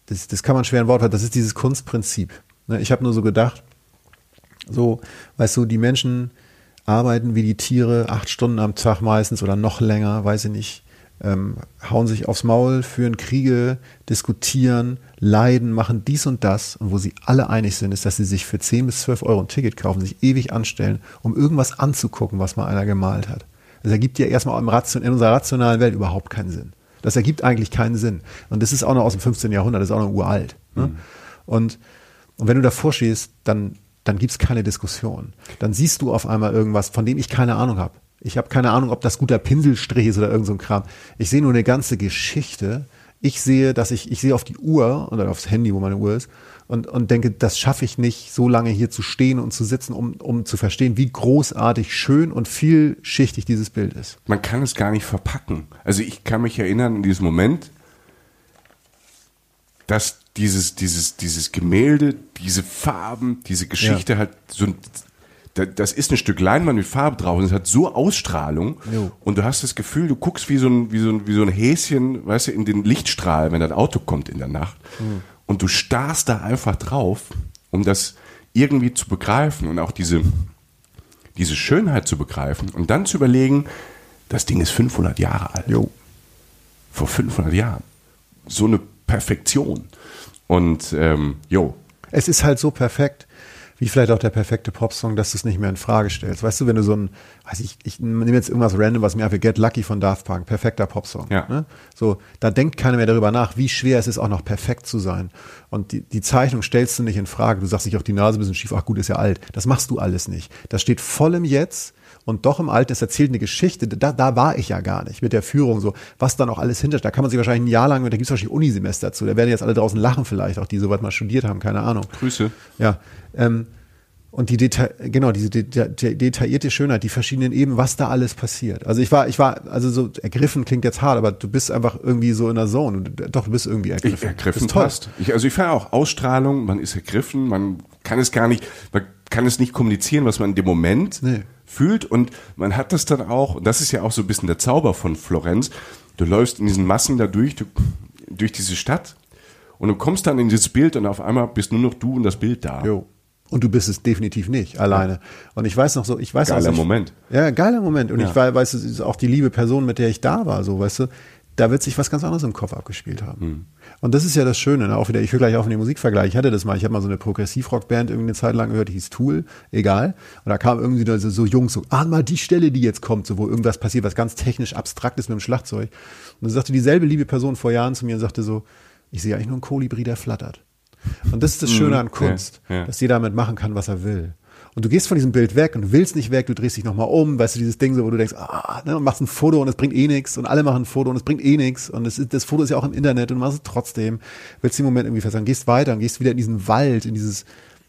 das, das kann man schwer in Wort fassen, das ist dieses Kunstprinzip. Ich habe nur so gedacht, so, weißt du, die Menschen arbeiten wie die Tiere, acht Stunden am Tag meistens oder noch länger, weiß ich nicht, ähm, hauen sich aufs Maul, führen Kriege, diskutieren, leiden, machen dies und das. Und wo sie alle einig sind, ist, dass sie sich für zehn bis zwölf Euro ein Ticket kaufen, sich ewig anstellen, um irgendwas anzugucken, was mal einer gemalt hat. Das ergibt ja erstmal im Ration, in unserer rationalen Welt überhaupt keinen Sinn. Das ergibt eigentlich keinen Sinn. Und das ist auch noch aus dem fünfzehnten Jahrhundert, das ist auch noch uralt. Ne? Mhm. Und, und wenn du davor stehst, dann dann gibt es keine Diskussion. Dann siehst du auf einmal irgendwas, von dem ich keine Ahnung habe. Ich habe keine Ahnung, ob das guter Pinselstrich ist oder irgend so ein Kram. Ich sehe nur eine ganze Geschichte. Ich sehe, dass ich, ich sehe auf die Uhr oder aufs Handy, wo meine Uhr ist, und, und denke, das schaffe ich nicht, so lange hier zu stehen und zu sitzen, um, um zu verstehen, wie großartig, schön und vielschichtig dieses Bild ist. Man kann es gar nicht verpacken. Also ich kann mich erinnern in diesem Moment, dass dieses, dieses, dieses Gemälde, diese Farben, diese Geschichte ja. halt so ein, das ist ein Stück Leinwand mit Farbe drauf und es hat so Ausstrahlung jo. Und du hast das Gefühl, du guckst wie so ein, wie so ein, wie so ein Häschen, weißt du, in den Lichtstrahl, wenn das Auto kommt in der Nacht mhm. und du starrst da einfach drauf, um das irgendwie zu begreifen und auch diese, diese Schönheit zu begreifen und dann zu überlegen, das Ding ist fünfhundert Jahre alt. Jo. Vor fünfhundert Jahren. So eine Perfektion. Und, ähm, jo. Es ist halt so perfekt, wie vielleicht auch der perfekte Popsong, dass du es nicht mehr in Frage stellst. Weißt du, wenn du so ein, weiß ich, ich nehme jetzt irgendwas random, was mir einfach Get Lucky von Daft Punk, perfekter Popsong. Ja. Ne? So, da denkt keiner mehr darüber nach, wie schwer es ist, auch noch perfekt zu sein. Und die, die Zeichnung stellst du nicht in Frage. Du sagst dich auf die Nase ein bisschen schief, ach gut, ist ja alt. Das machst du alles nicht. Das steht voll im Jetzt. Und doch im Alten, es erzählt eine Geschichte, da, da war ich ja gar nicht mit der Führung, so was dann auch alles hintersteht. Da kann man sich wahrscheinlich ein Jahr lang, da gibt es wahrscheinlich Unisemester zu, da werden jetzt alle draußen lachen vielleicht, auch die so weit mal studiert haben, keine Ahnung. Grüße. Ja, ähm, und die Deta- genau, diese deta- detaillierte Schönheit, die verschiedenen Ebenen, was da alles passiert. Also ich war, ich war, also so ergriffen klingt jetzt hart, aber du bist einfach irgendwie so in der Zone. Doch, du bist irgendwie ergriffen. Ich, ergriffen passt. Ich, also ich fand auch Ausstrahlung, man ist ergriffen, man kann es gar nicht, man kann es nicht kommunizieren, was man in dem Moment nee. fühlt und man hat das dann auch, und das ist ja auch so ein bisschen der Zauber von Florenz, du läufst in diesen Massen da durch, du, durch diese Stadt und du kommst dann in dieses Bild und auf einmal bist nur noch du und das Bild da. Jo. Und du bist es definitiv nicht, alleine. Ja. Und ich weiß noch so, ich weiß Geiler auch so, Moment. Ja, geiler Moment. Und ja. ich weiß, weißt du, auch die liebe Person, mit der ich da war, so, weißt du, da wird sich was ganz anderes im Kopf abgespielt haben. Hm. Und das ist ja das Schöne, ne? Auch wieder, ich höre gleich auf in den Musikvergleich. Ich hatte das mal, ich habe mal so eine Progressivrockband irgendwie eine Zeit lang gehört, die hieß Tool, egal. Und da kam irgendwie so, so Jungs so, ah, mal die Stelle, die jetzt kommt, so, wo irgendwas passiert, was ganz technisch abstrakt ist mit dem Schlagzeug. Und dann sagte dieselbe liebe Person vor Jahren zu mir und sagte so, ich sehe eigentlich nur einen Kolibri, der flattert. Und das ist das Schöne an Kunst, ja, ja. dass jeder damit machen kann, was er will. Und du gehst von diesem Bild weg und du willst nicht weg, du drehst dich nochmal um, weißt du, dieses Ding so, wo du denkst, ah, ne, und machst ein Foto und es bringt eh nichts und alle machen ein Foto und es bringt eh nichts und es ist, das Foto ist ja auch im Internet und du machst es trotzdem, willst den Moment irgendwie festhalten, gehst weiter und gehst wieder in diesen Wald, in dieses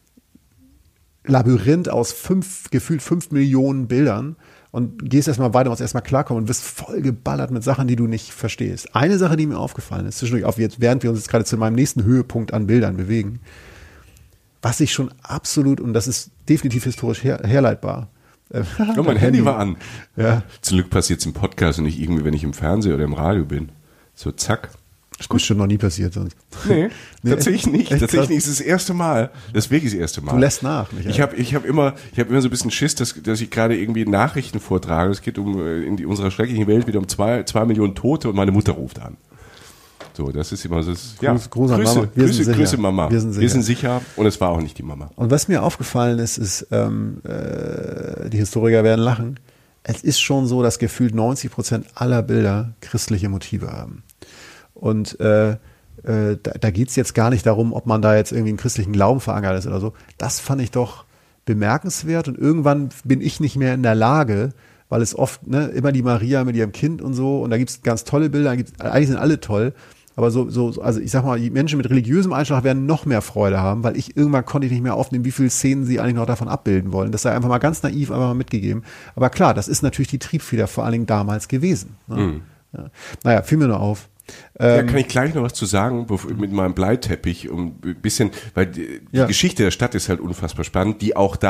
Labyrinth aus fünf, gefühlt fünf Millionen Bildern und gehst erstmal weiter, musst erstmal klarkommen und wirst voll geballert mit Sachen, die du nicht verstehst. Eine Sache, die mir aufgefallen ist, zwischendurch, auf jetzt, während wir uns jetzt gerade zu meinem nächsten Höhepunkt an Bildern bewegen, was ich schon absolut, und das ist definitiv historisch her, herleitbar. Äh, oh, mein Handy war an. Ja. Zum Glück passiert es im Podcast und nicht irgendwie, wenn ich im Fernsehen oder im Radio bin. So zack. Das ist schon noch nie passiert sonst. Nee, nee tatsächlich echt, nicht. Echt tatsächlich nicht. Es ist das erste Mal. Das ist wirklich das erste Mal. Du lässt nach. Michael. Ich habe ich hab immer, ich hab immer so ein bisschen Schiss, dass, dass ich gerade irgendwie Nachrichten vortrage. Es geht um in die, unserer schrecklichen Welt wieder um zwei, zwei Millionen Tote und meine Mutter ruft an. So, das ist immer so. Das, ja, Gruß, Gruß Grüße, Mama. Wir Grüße, sind Grüße Mama. Wir sind, sicher. Wir sind sicher und es war auch nicht die Mama. Und was mir aufgefallen ist, ist, ähm, äh, die Historiker werden lachen. Es ist schon so, dass gefühlt neunzig Prozent aller Bilder christliche Motive haben. Und äh, äh, da, da geht es jetzt gar nicht darum, ob man da jetzt irgendwie einen christlichen Glauben verankert ist oder so. Das fand ich doch bemerkenswert und irgendwann bin ich nicht mehr in der Lage, weil es oft, ne, immer die Maria mit ihrem Kind und so und da gibt es ganz tolle Bilder, gibt's, eigentlich sind alle toll, aber so, so, also ich sag mal, die Menschen mit religiösem Einschlag werden noch mehr Freude haben, weil ich irgendwann konnte ich nicht mehr aufnehmen, wie viele Szenen sie eigentlich noch davon abbilden wollen. Das sei einfach mal ganz naiv einfach mal mitgegeben. Aber klar, das ist natürlich die Triebfeder vor allen Dingen damals gewesen. Ne? Mhm. Ja. Naja, fiel mir nur auf. Ja, kann ich gleich noch was zu sagen mit meinem Bleiteppich, um ein bisschen, weil die, die ja. Geschichte der Stadt ist halt unfassbar spannend, die auch da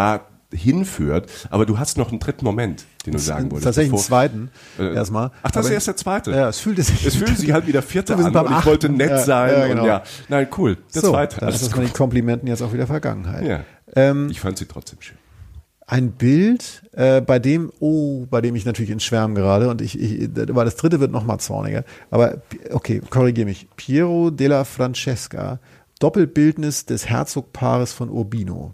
hinführt. Aber du hast noch einen dritten Moment, den du sagen wolltest. Tatsächlich einen zweiten äh, erstmal. Ach, das ist erst der zweite? Ja, es fühlte sich. Es fühlte sich halt wie der vierte an und ich wollte nett ja, sein. Ja, genau. Und ja, nein, cool. Der so, zweite. Das ist von den Komplimenten jetzt auch wieder Vergangenheit. Ja. Ähm, ich fand sie trotzdem schön. Ein Bild, äh, bei dem, oh, bei dem ich natürlich ins Schwärmen gerade und ich, ich weil das dritte wird noch mal zorniger. Aber okay, korrigiere mich. Piero della Francesca, Doppelbildnis des Herzogpaares von Urbino.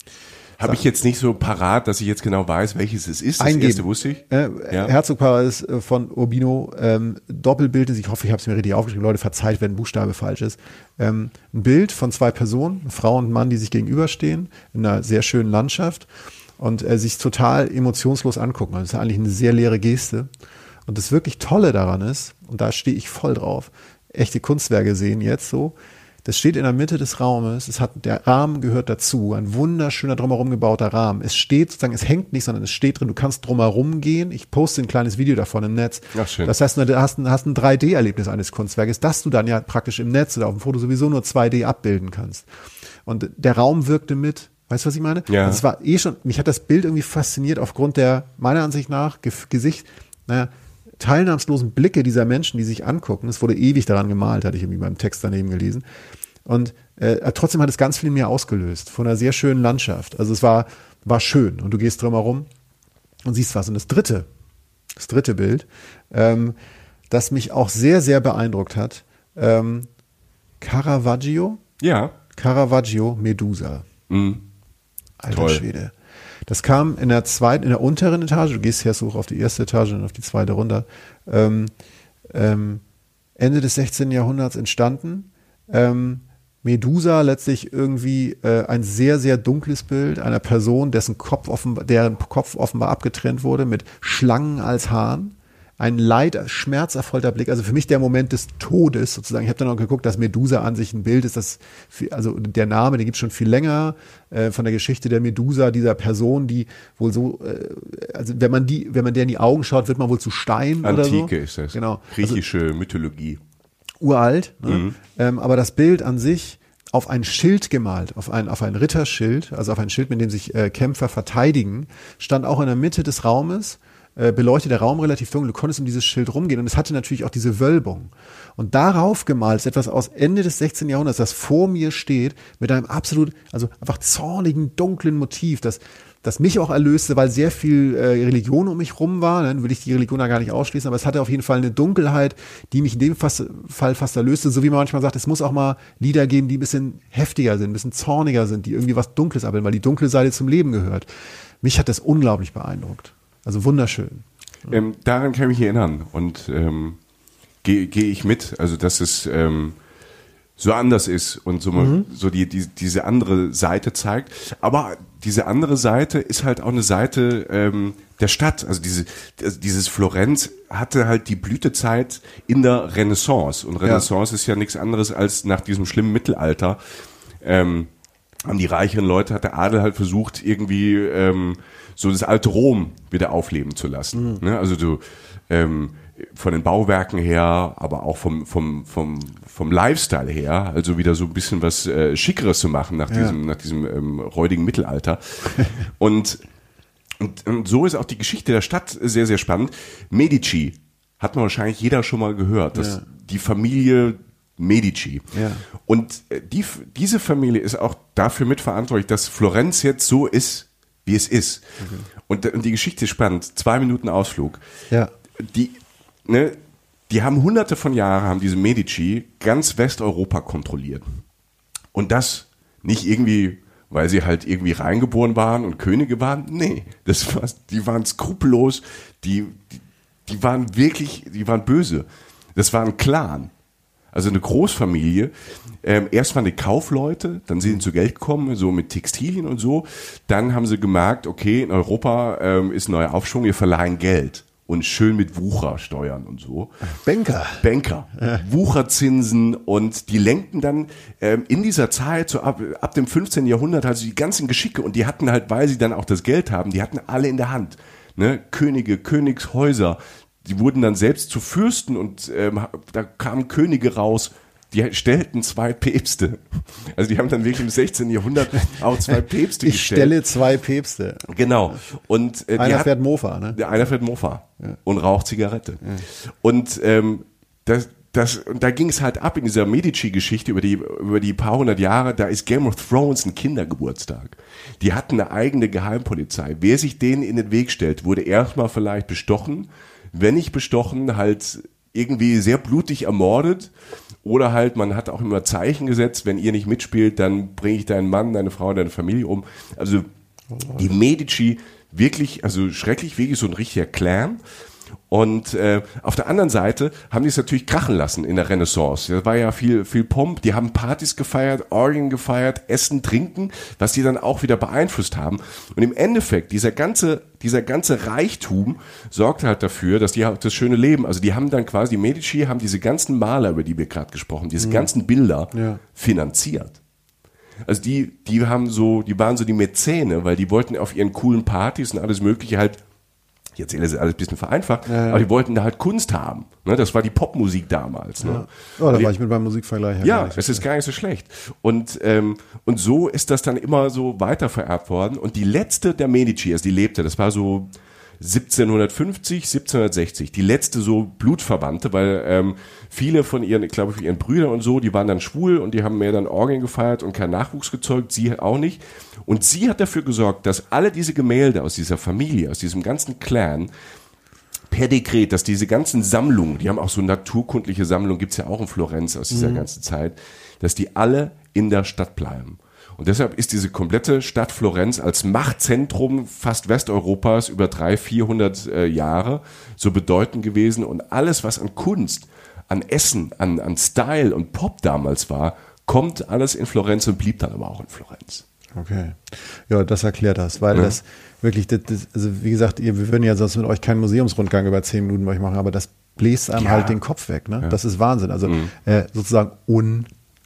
Habe ich jetzt nicht so parat, dass ich jetzt genau weiß, welches es ist. Das Eingeben. erste wusste ich. Äh, ja. Herzogpaar ist äh, von Urbino. Ähm, Doppelbildnis, ich hoffe, ich habe es mir richtig aufgeschrieben. Leute, verzeiht, wenn ein Buchstabe falsch ist. Ähm, ein Bild von zwei Personen, eine Frau und ein Mann, die sich gegenüberstehen, in einer sehr schönen Landschaft und äh, sich total emotionslos angucken. Also das ist eigentlich eine sehr leere Geste. Und das wirklich Tolle daran ist, und da stehe ich voll drauf, echte Kunstwerke sehen jetzt so, das steht in der Mitte des Raumes, es hat, der Rahmen gehört dazu, ein wunderschöner drumherum gebauter Rahmen. Es steht sozusagen, es hängt nicht, sondern es steht drin, du kannst drumherum gehen. Ich poste ein kleines Video davon im Netz. Ach, schön. Das heißt, du hast ein, hast ein drei D-Erlebnis eines Kunstwerkes, das du dann ja praktisch im Netz oder auf dem Foto sowieso nur zwei D abbilden kannst. Und der Raum wirkte mit. Weißt du, was ich meine? Ja. Das war eh schon, mich hat das Bild irgendwie fasziniert aufgrund der, meiner Ansicht nach, Ge- Gesicht, naja, teilnahmslosen Blicke dieser Menschen, die sich angucken. Es wurde ewig daran gemalt, hatte ich irgendwie beim Text daneben gelesen. Und äh, trotzdem hat es ganz viel in mir ausgelöst, von einer sehr schönen Landschaft. Also es war, war schön und du gehst drum herum und siehst was. Und das dritte, das dritte Bild, ähm, das mich auch sehr, sehr beeindruckt hat, ähm, Caravaggio. Ja. Caravaggio, Medusa. Mhm. Alter Toll. Schwede. Das kam in der zweiten, in der unteren Etage, du gehst erst hoch auf die erste Etage und auf die zweite runter, ähm, ähm, Ende des sechzehnten. Jahrhunderts entstanden. Ähm, Medusa letztlich irgendwie äh, ein sehr, sehr dunkles Bild einer Person, dessen Kopf offenbar, deren Kopf offenbar abgetrennt wurde, mit Schlangen als Haaren. Ein leid, schmerzerfüllter Blick, also für mich der Moment des Todes sozusagen. Ich habe dann auch geguckt, dass Medusa an sich ein Bild ist, das, also der Name, den gibt es schon viel länger, äh, von der Geschichte der Medusa, dieser Person, die wohl so, äh, also wenn man die, wenn man der in die Augen schaut, wird man wohl zu Stein oder so. Antike ist das. Genau. Griechische also, Mythologie. Uralt, ne? Mhm. ähm, aber das Bild an sich auf ein Schild gemalt, auf ein, auf ein Ritterschild, also auf ein Schild, mit dem sich äh, Kämpfer verteidigen, stand auch in der Mitte des Raumes, äh, beleuchtet der Raum relativ dunkel, du konntest um dieses Schild rumgehen und es hatte natürlich auch diese Wölbung. Und darauf gemalt ist etwas aus Ende des sechzehnten. Jahrhunderts, das vor mir steht, mit einem absolut, also einfach zornigen, dunklen Motiv, das das mich auch erlöste, weil sehr viel äh, Religion um mich rum war. Dann will ich die Religion da gar nicht ausschließen, aber es hatte auf jeden Fall eine Dunkelheit, die mich in dem fast, Fall fast erlöste. So wie man manchmal sagt, es muss auch mal Lieder geben, die ein bisschen heftiger sind, ein bisschen zorniger sind, die irgendwie was Dunkles abbilden, weil die dunkle Seite zum Leben gehört. Mich hat das unglaublich beeindruckt. Also wunderschön. Ähm, daran kann ich mich erinnern und ähm, gehe geh ich mit. Also dass es ähm, so anders ist und so, mhm. so die, die, diese andere Seite zeigt. Aber diese andere Seite ist halt auch eine Seite ähm, der Stadt. Also diese, dieses Florenz hatte halt die Blütezeit in der Renaissance. Und Renaissance ja. ist ja nichts anderes als nach diesem schlimmen Mittelalter. Ähm, haben die reicheren Leute, hat der Adel halt versucht, irgendwie ähm, so das alte Rom wieder aufleben zu lassen. Mhm. Ne? Also du ähm, von den Bauwerken her, aber auch vom vom vom vom Lifestyle her, also wieder so ein bisschen was äh, Schickeres zu machen nach ja. diesem nach diesem ähm, räudigen Mittelalter. und, und und so ist auch die Geschichte der Stadt sehr sehr spannend. Medici hat man wahrscheinlich jeder schon mal gehört, dass ja. die Familie Medici. Ja. Und die diese Familie ist auch dafür mitverantwortlich, dass Florenz jetzt so ist, wie es ist. Okay. Und, und die Geschichte ist spannend. Zwei Minuten Ausflug. Ja. Die Ne, die haben hunderte von Jahren, haben diese Medici ganz Westeuropa kontrolliert. Und das nicht irgendwie, weil sie halt irgendwie reingeboren waren und Könige waren. Nee, das war, die waren skrupellos, die, die, die waren wirklich, die waren böse. Das war ein Clan. Also eine Großfamilie. Ähm, erst waren die Kaufleute, dann sind sie zu Geld gekommen, so mit Textilien und so. Dann haben sie gemerkt, okay, in Europa ähm, ist ein neuer Aufschwung, wir verleihen Geld. Und schön mit Wuchersteuern und so. Banker. Banker. Ja. Wucherzinsen und die lenkten dann ähm, in dieser Zeit, so ab, ab dem fünfzehnten. Jahrhundert, also die ganzen Geschicke und die hatten halt, weil sie dann auch das Geld haben, die hatten alle in der Hand. Ne? Könige, Königshäuser, die wurden dann selbst zu Fürsten und ähm, da kamen Könige raus. die stellten zwei Päpste. Also die haben dann wirklich im sechzehnten Jahrhundert auch zwei Päpste ich gestellt. Ich stelle zwei Päpste. Genau. Und, äh, einer hat, fährt Mofa, ne? Einer fährt Mofa ja. und raucht Zigarette. Ja. Und ähm, das, das, und da ging es halt ab in dieser Medici-Geschichte über die, über die paar hundert Jahre. Da ist Game of Thrones ein Kindergeburtstag. Die hatten eine eigene Geheimpolizei. Wer sich denen in den Weg stellt, wurde erstmal vielleicht bestochen. Wenn nicht bestochen, halt irgendwie sehr blutig ermordet. Oder halt, man hat auch immer Zeichen gesetzt, wenn ihr nicht mitspielt, dann bringe ich deinen Mann, deine Frau, deine Familie um. Also die Medici, wirklich, also schrecklich, wirklich so ein richtiger Clan. Und äh, auf der anderen Seite haben die es natürlich krachen lassen in der Renaissance. Da war ja viel viel Pomp, die haben Partys gefeiert, Orgien gefeiert, Essen, Trinken, was die dann auch wieder beeinflusst haben. Und im Endeffekt, dieser ganze dieser ganze Reichtum sorgt halt dafür, dass die halt das schöne Leben, also die haben dann quasi, die Medici haben diese ganzen Maler, über die wir gerade gesprochen haben, diese mhm. ganzen Bilder ja. finanziert. Also die die haben so, die waren so die Mäzene, weil die wollten auf ihren coolen Partys und alles Mögliche halt, ich erzähle das alles ein bisschen vereinfacht, ja, ja. aber die wollten da halt Kunst haben. Ne? Das war die Popmusik damals. Ne? Ja. Oh, da die, war ich mit meinem Musikvergleich. Ja, es so ist gar nicht so schlecht. Und, ähm, und so ist das dann immer so weiter vererbt worden. Und die letzte der Medici, also die lebte, das war so siebzehnhundertfünfzig, siebzehnhundertsechzig, die letzte so Blutverwandte, weil ähm, viele von ihren, ich glaube, von ihren Brüdern und so, die waren dann schwul und die haben mehr dann Orgien gefeiert und keinen Nachwuchs gezeugt, sie auch nicht. Und sie hat dafür gesorgt, dass alle diese Gemälde aus dieser Familie, aus diesem ganzen Clan, per Dekret, dass diese ganzen Sammlungen, die haben auch so naturkundliche Sammlungen, gibt's ja auch in Florenz aus dieser mhm. ganzen Zeit, dass die alle in der Stadt bleiben. Und deshalb ist diese komplette Stadt Florenz als Machtzentrum fast Westeuropas über dreihundert, vierhundert äh, Jahre so bedeutend gewesen. Und alles, was an Kunst, an Essen, an, an Style und Pop damals war, kommt alles in Florenz und blieb dann aber auch in Florenz. Okay. Ja, das erklärt das, weil ja. das wirklich, das, das, also wie gesagt, ihr, wir würden ja sonst mit euch keinen Museumsrundgang über zehn Minuten bei euch machen, aber das bläst einem ja. halt den Kopf weg. Ne? Ja. Das ist Wahnsinn. Also mhm. äh, sozusagen un...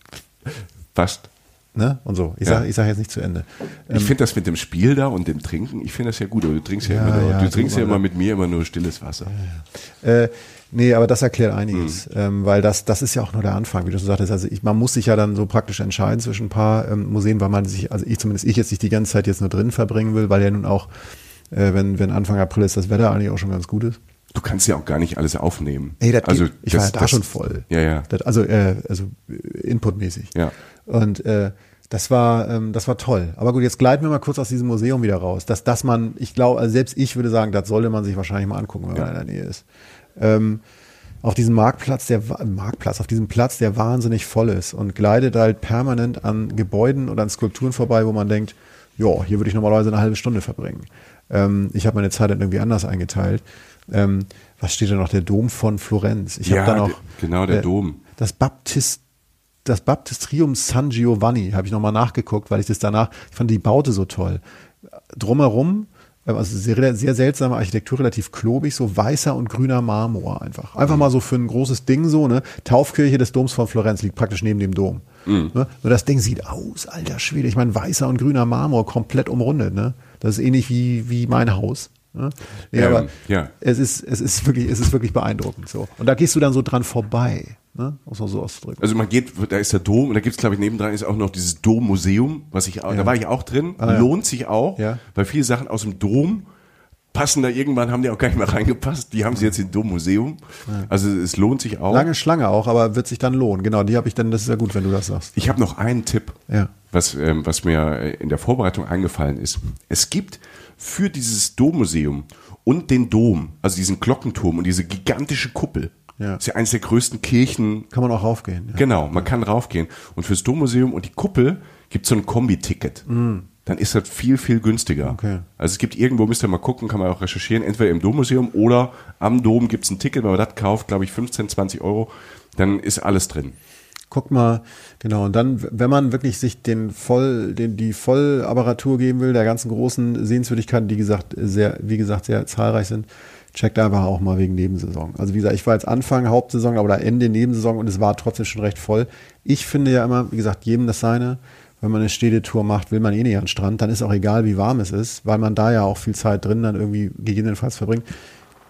Fast. Ne? Und so. Ich ja. sage ich sag jetzt nicht zu Ende. Ich ähm, finde das mit dem Spiel da und dem Trinken, ich finde das ja gut, aber du trinkst ja, ja immer, nur, ja, du trinkst ja immer mit mir immer nur stilles Wasser. Ja, ja. Äh, nee, aber das erklärt einiges, mhm. ähm, weil das, das ist ja auch nur der Anfang, wie du schon sagtest. Also ich, man muss sich ja dann so praktisch entscheiden zwischen ein paar ähm, Museen, weil man sich, also ich zumindest ich jetzt nicht die ganze Zeit jetzt nur drin verbringen will, weil ja nun auch, äh, wenn, wenn Anfang April ist, das Wetter eigentlich auch schon ganz gut ist. Du kannst ja auch gar nicht alles aufnehmen. Ey, das also geht, ich das, war ja da das, schon voll. Ja, ja. Das, also, äh, also inputmäßig. Ja. Und äh, das war, ähm, das war toll. Aber gut, jetzt gleiten wir mal kurz aus diesem Museum wieder raus. Dass, dass man, ich glaube, also selbst ich würde sagen, das sollte man sich wahrscheinlich mal angucken, wenn ja. man in der Nähe ist. Ähm, auf diesem Marktplatz, der Marktplatz, auf diesem Platz, der wahnsinnig voll ist und gleitet halt permanent an Gebäuden und an Skulpturen vorbei, wo man denkt, ja, hier würde ich normalerweise eine halbe Stunde verbringen. Ähm, ich habe meine Zeit dann irgendwie anders eingeteilt. Ähm, was steht da noch? Der Dom von Florenz. Ich ja, habe da noch genau der äh, Dom. Das Baptist Das Baptistrium San Giovanni habe ich nochmal nachgeguckt, weil ich das danach, ich fand die Baute so toll. Drumherum, also sehr, sehr seltsame Architektur, relativ klobig, so weißer und grüner Marmor einfach. Einfach mal so für ein großes Ding so, ne? Taufkirche des Doms von Florenz liegt praktisch neben dem Dom. Mhm. Ne? Nur das Ding sieht aus, alter Schwede. Ich meine, weißer und grüner Marmor komplett umrundet, ne? Das ist ähnlich wie, wie mein Haus. Ne? Nee, ähm, aber ja. es ist, es ist wirklich, es ist wirklich beeindruckend so. Und da gehst du dann so dran vorbei. Ne? Muss man so auszudrücken. Also man geht, da ist der Dom und da gibt es, glaube ich, nebendran ist auch noch dieses Dommuseum, was ich auch, ja. da war ich auch drin, ah, lohnt ja. sich auch, ja. weil viele Sachen aus dem Dom passen da irgendwann, haben die auch gar nicht mehr reingepasst, die haben sie jetzt im Dommuseum, ja. also es lohnt sich auch. Lange Schlange auch, aber wird sich dann lohnen, genau, die habe ich dann, das ist ja gut, wenn du das sagst. Ich habe noch einen Tipp, ja. was, ähm, was mir in der Vorbereitung eingefallen ist. Es gibt für dieses Dommuseum und den Dom, also diesen Glockenturm und diese gigantische Kuppel, ja. Das ist ja eines der größten Kirchen. Kann man auch raufgehen. Ja. Genau, man ja. kann raufgehen. Und fürs Dommuseum und die Kuppel gibt es so ein Kombi-Ticket. Mm. Dann ist das viel, viel günstiger. Okay. Also es gibt irgendwo, müsst ihr mal gucken, kann man auch recherchieren, entweder im Dommuseum oder am Dom gibt es ein Ticket, wenn man das kauft, glaube ich, fünfzehn, zwanzig Euro, dann ist alles drin. Guck mal, genau, und dann, wenn man wirklich sich den voll, den, die Vollapparatur geben will, der ganzen großen Sehenswürdigkeiten, die gesagt, sehr, wie gesagt, sehr zahlreich sind, checkt einfach auch mal wegen Nebensaison. Also wie gesagt, ich war jetzt Anfang Hauptsaison, aber da Ende Nebensaison und es war trotzdem schon recht voll. Ich finde ja immer, wie gesagt, jedem das seine. Wenn man eine Städtetour macht, will man eh nicht an den Strand, dann ist auch egal, wie warm es ist, weil man da ja auch viel Zeit drin dann irgendwie gegebenenfalls verbringt.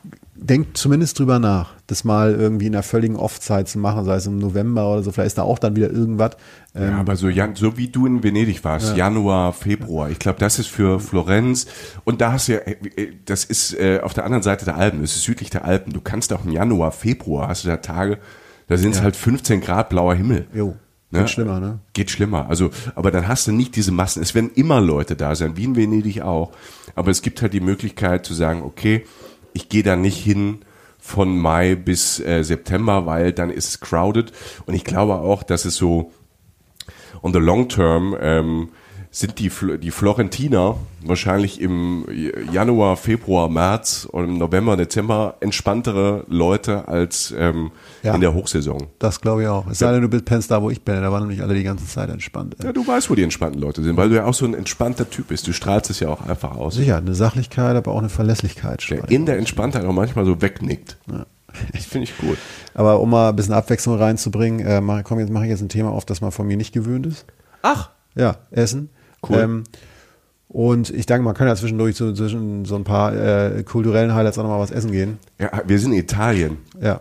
denkt zumindest drüber nach, das mal irgendwie in einer völligen Off-Zeit zu machen, sei es im November oder so, vielleicht ist da auch dann wieder irgendwas. Ähm, ja, aber so, Jan, so wie du in Venedig warst, ja. Januar, Februar, ich glaube, das ist für Florenz und da hast du ja, das ist äh, auf der anderen Seite der Alpen, das ist südlich der Alpen, du kannst auch im Januar, Februar, hast du da Tage, da sind es ja. halt fünfzehn Grad blauer Himmel. Jo. Ne? Geht schlimmer, ne? Geht schlimmer. Also, aber dann hast du nicht diese Massen. Es werden immer Leute da sein, wie in Venedig auch. Aber es gibt halt die Möglichkeit zu sagen, okay, ich gehe da nicht hin von Mai bis äh, September, weil dann ist es crowded. Und ich glaube auch, dass es so on the long term ähm, sind die, die Florentiner wahrscheinlich im Januar, Februar, März und im November, Dezember entspanntere Leute als ähm, ja, in der Hochsaison. Das glaube ich auch. Es sei denn, du bist pennst da, wo ich bin. Da waren nämlich alle die ganze Zeit entspannt. Ja, du weißt, wo die entspannten Leute sind, weil du ja auch so ein entspannter Typ bist. Du strahlst es ja auch einfach aus. Sicher, eine Sachlichkeit, aber auch eine Verlässlichkeit. Der in der Entspanntheit auch manchmal so wegnickt. Ja. Das finde ich gut. Aber um mal ein bisschen Abwechslung reinzubringen, äh, mach, komm, jetzt mache ich jetzt ein Thema auf, das man von mir nicht gewöhnt ist. Ach. Ja, Essen. Cool. Ähm, und ich denke, man kann ja zwischendurch so, zwischen so ein paar äh, kulturellen Highlights auch nochmal was essen gehen. Ja, wir sind in Italien. Ja.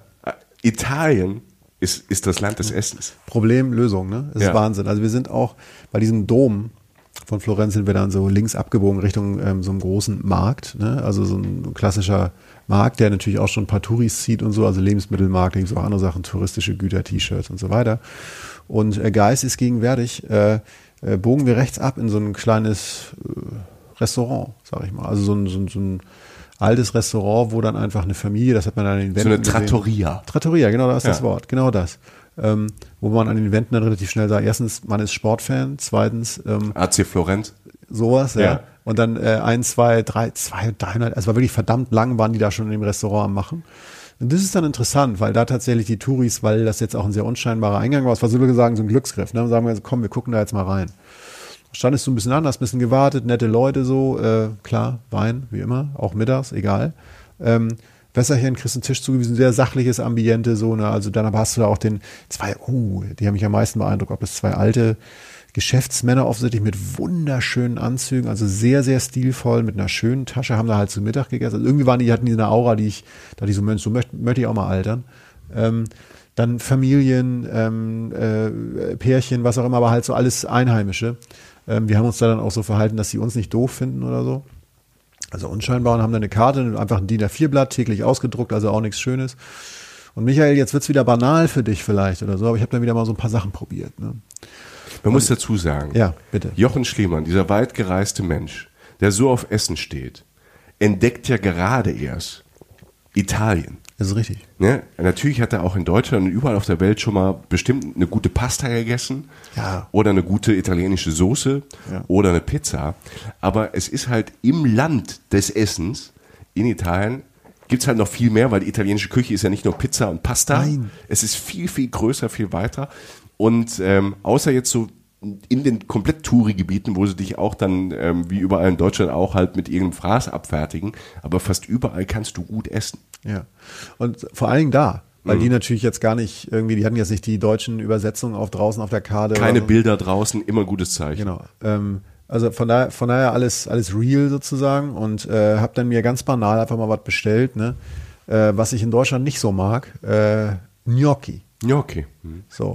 Italien ist, ist das Land des Essens. Problem, Lösung, ne? Das ist ja. Wahnsinn. Also wir sind auch bei diesem Dom von Florenz sind wir dann so links abgebogen Richtung ähm, so einem großen Markt, ne? Also so ein klassischer Markt, der natürlich auch schon ein paar Touris zieht und so, also Lebensmittelmarkt, da gibt es auch andere Sachen, touristische Güter, T-Shirts und so weiter. Und äh, Geist ist gegenwärtig, äh, äh, bogen wir rechts ab in so ein kleines äh, Restaurant, sag ich mal. Also so ein, so, ein, so ein altes Restaurant, wo dann einfach eine Familie, das hat man an den Wänden So eine Trattoria. Gesehen. Trattoria, genau, das ist ja. das Wort, genau das. Ähm, wo man an den Wänden dann relativ schnell sagt, erstens, man ist Sportfan, zweitens ähm, A C Florenz. Sowas, ja. ja. Und dann äh, ein, zwei, drei, zwei, dreihundert, also war wirklich verdammt lang, waren die da schon in dem Restaurant am Machen. Und das ist dann interessant, weil da tatsächlich die Touris, weil das jetzt auch ein sehr unscheinbarer Eingang war, es war so gesagt so ein Glücksgriff, ne? Dann sagen wir, komm, wir gucken da jetzt mal rein. Standest du ein bisschen an, hast ein bisschen gewartet, nette Leute so, äh, klar, Wein, wie immer, auch mittags, egal. Ähm, Wässerchen, kriegst einen Tisch zugewiesen, sehr sachliches Ambiente, so, ne, also dann hast du da auch den zwei, oh, die haben mich am meisten beeindruckt, ob das zwei alte Geschäftsmänner offensichtlich mit wunderschönen Anzügen, also sehr, sehr stilvoll, mit einer schönen Tasche, haben da halt zu Mittag gegessen. Also irgendwie waren die, hatten die eine Aura, die ich, da die so, Mensch, so möchte, möchte ich auch mal altern. Ähm, dann Familien, ähm, äh, Pärchen, was auch immer, aber halt so alles Einheimische. Ähm, wir haben uns da dann auch so verhalten, dass sie uns nicht doof finden oder so. Also unscheinbar, und haben dann eine Karte, einfach ein D I N A vier Blatt, täglich ausgedruckt, also auch nichts Schönes. Und Michael, jetzt wird's wieder banal für dich vielleicht oder so, aber ich habe dann wieder mal so ein paar Sachen probiert. Ne? Man und, muss dazu sagen, ja, bitte. Jochen Schliemann, dieser weit gereiste Mensch, der so auf Essen steht, entdeckt ja gerade erst Italien. Das ist richtig. Ne? Natürlich hat er auch in Deutschland und überall auf der Welt schon mal bestimmt eine gute Pasta gegessen, ja. oder eine gute italienische Soße, ja. oder eine Pizza. Aber es ist halt im Land des Essens, in Italien, gibt es halt noch viel mehr, weil die italienische Küche ist ja nicht nur Pizza und Pasta. Nein. Es ist viel, viel größer, viel weiter. Und ähm, außer jetzt so in den komplett Touri-Gebieten, wo sie dich auch dann, ähm, wie überall in Deutschland auch, halt mit irgendeinem Fraß abfertigen, aber fast überall kannst du gut essen. Ja, und vor allen Dingen da, weil mhm. die natürlich jetzt gar nicht irgendwie, die hatten jetzt nicht die deutschen Übersetzungen auf draußen auf der Karte. Keine so. Bilder draußen, immer gutes Zeichen. Genau, ähm, also von daher, von daher alles, alles real sozusagen, und äh, habe dann mir ganz banal einfach mal was bestellt, ne, äh, was ich in Deutschland nicht so mag, äh, Gnocchi. Gnocchi. Mhm. So,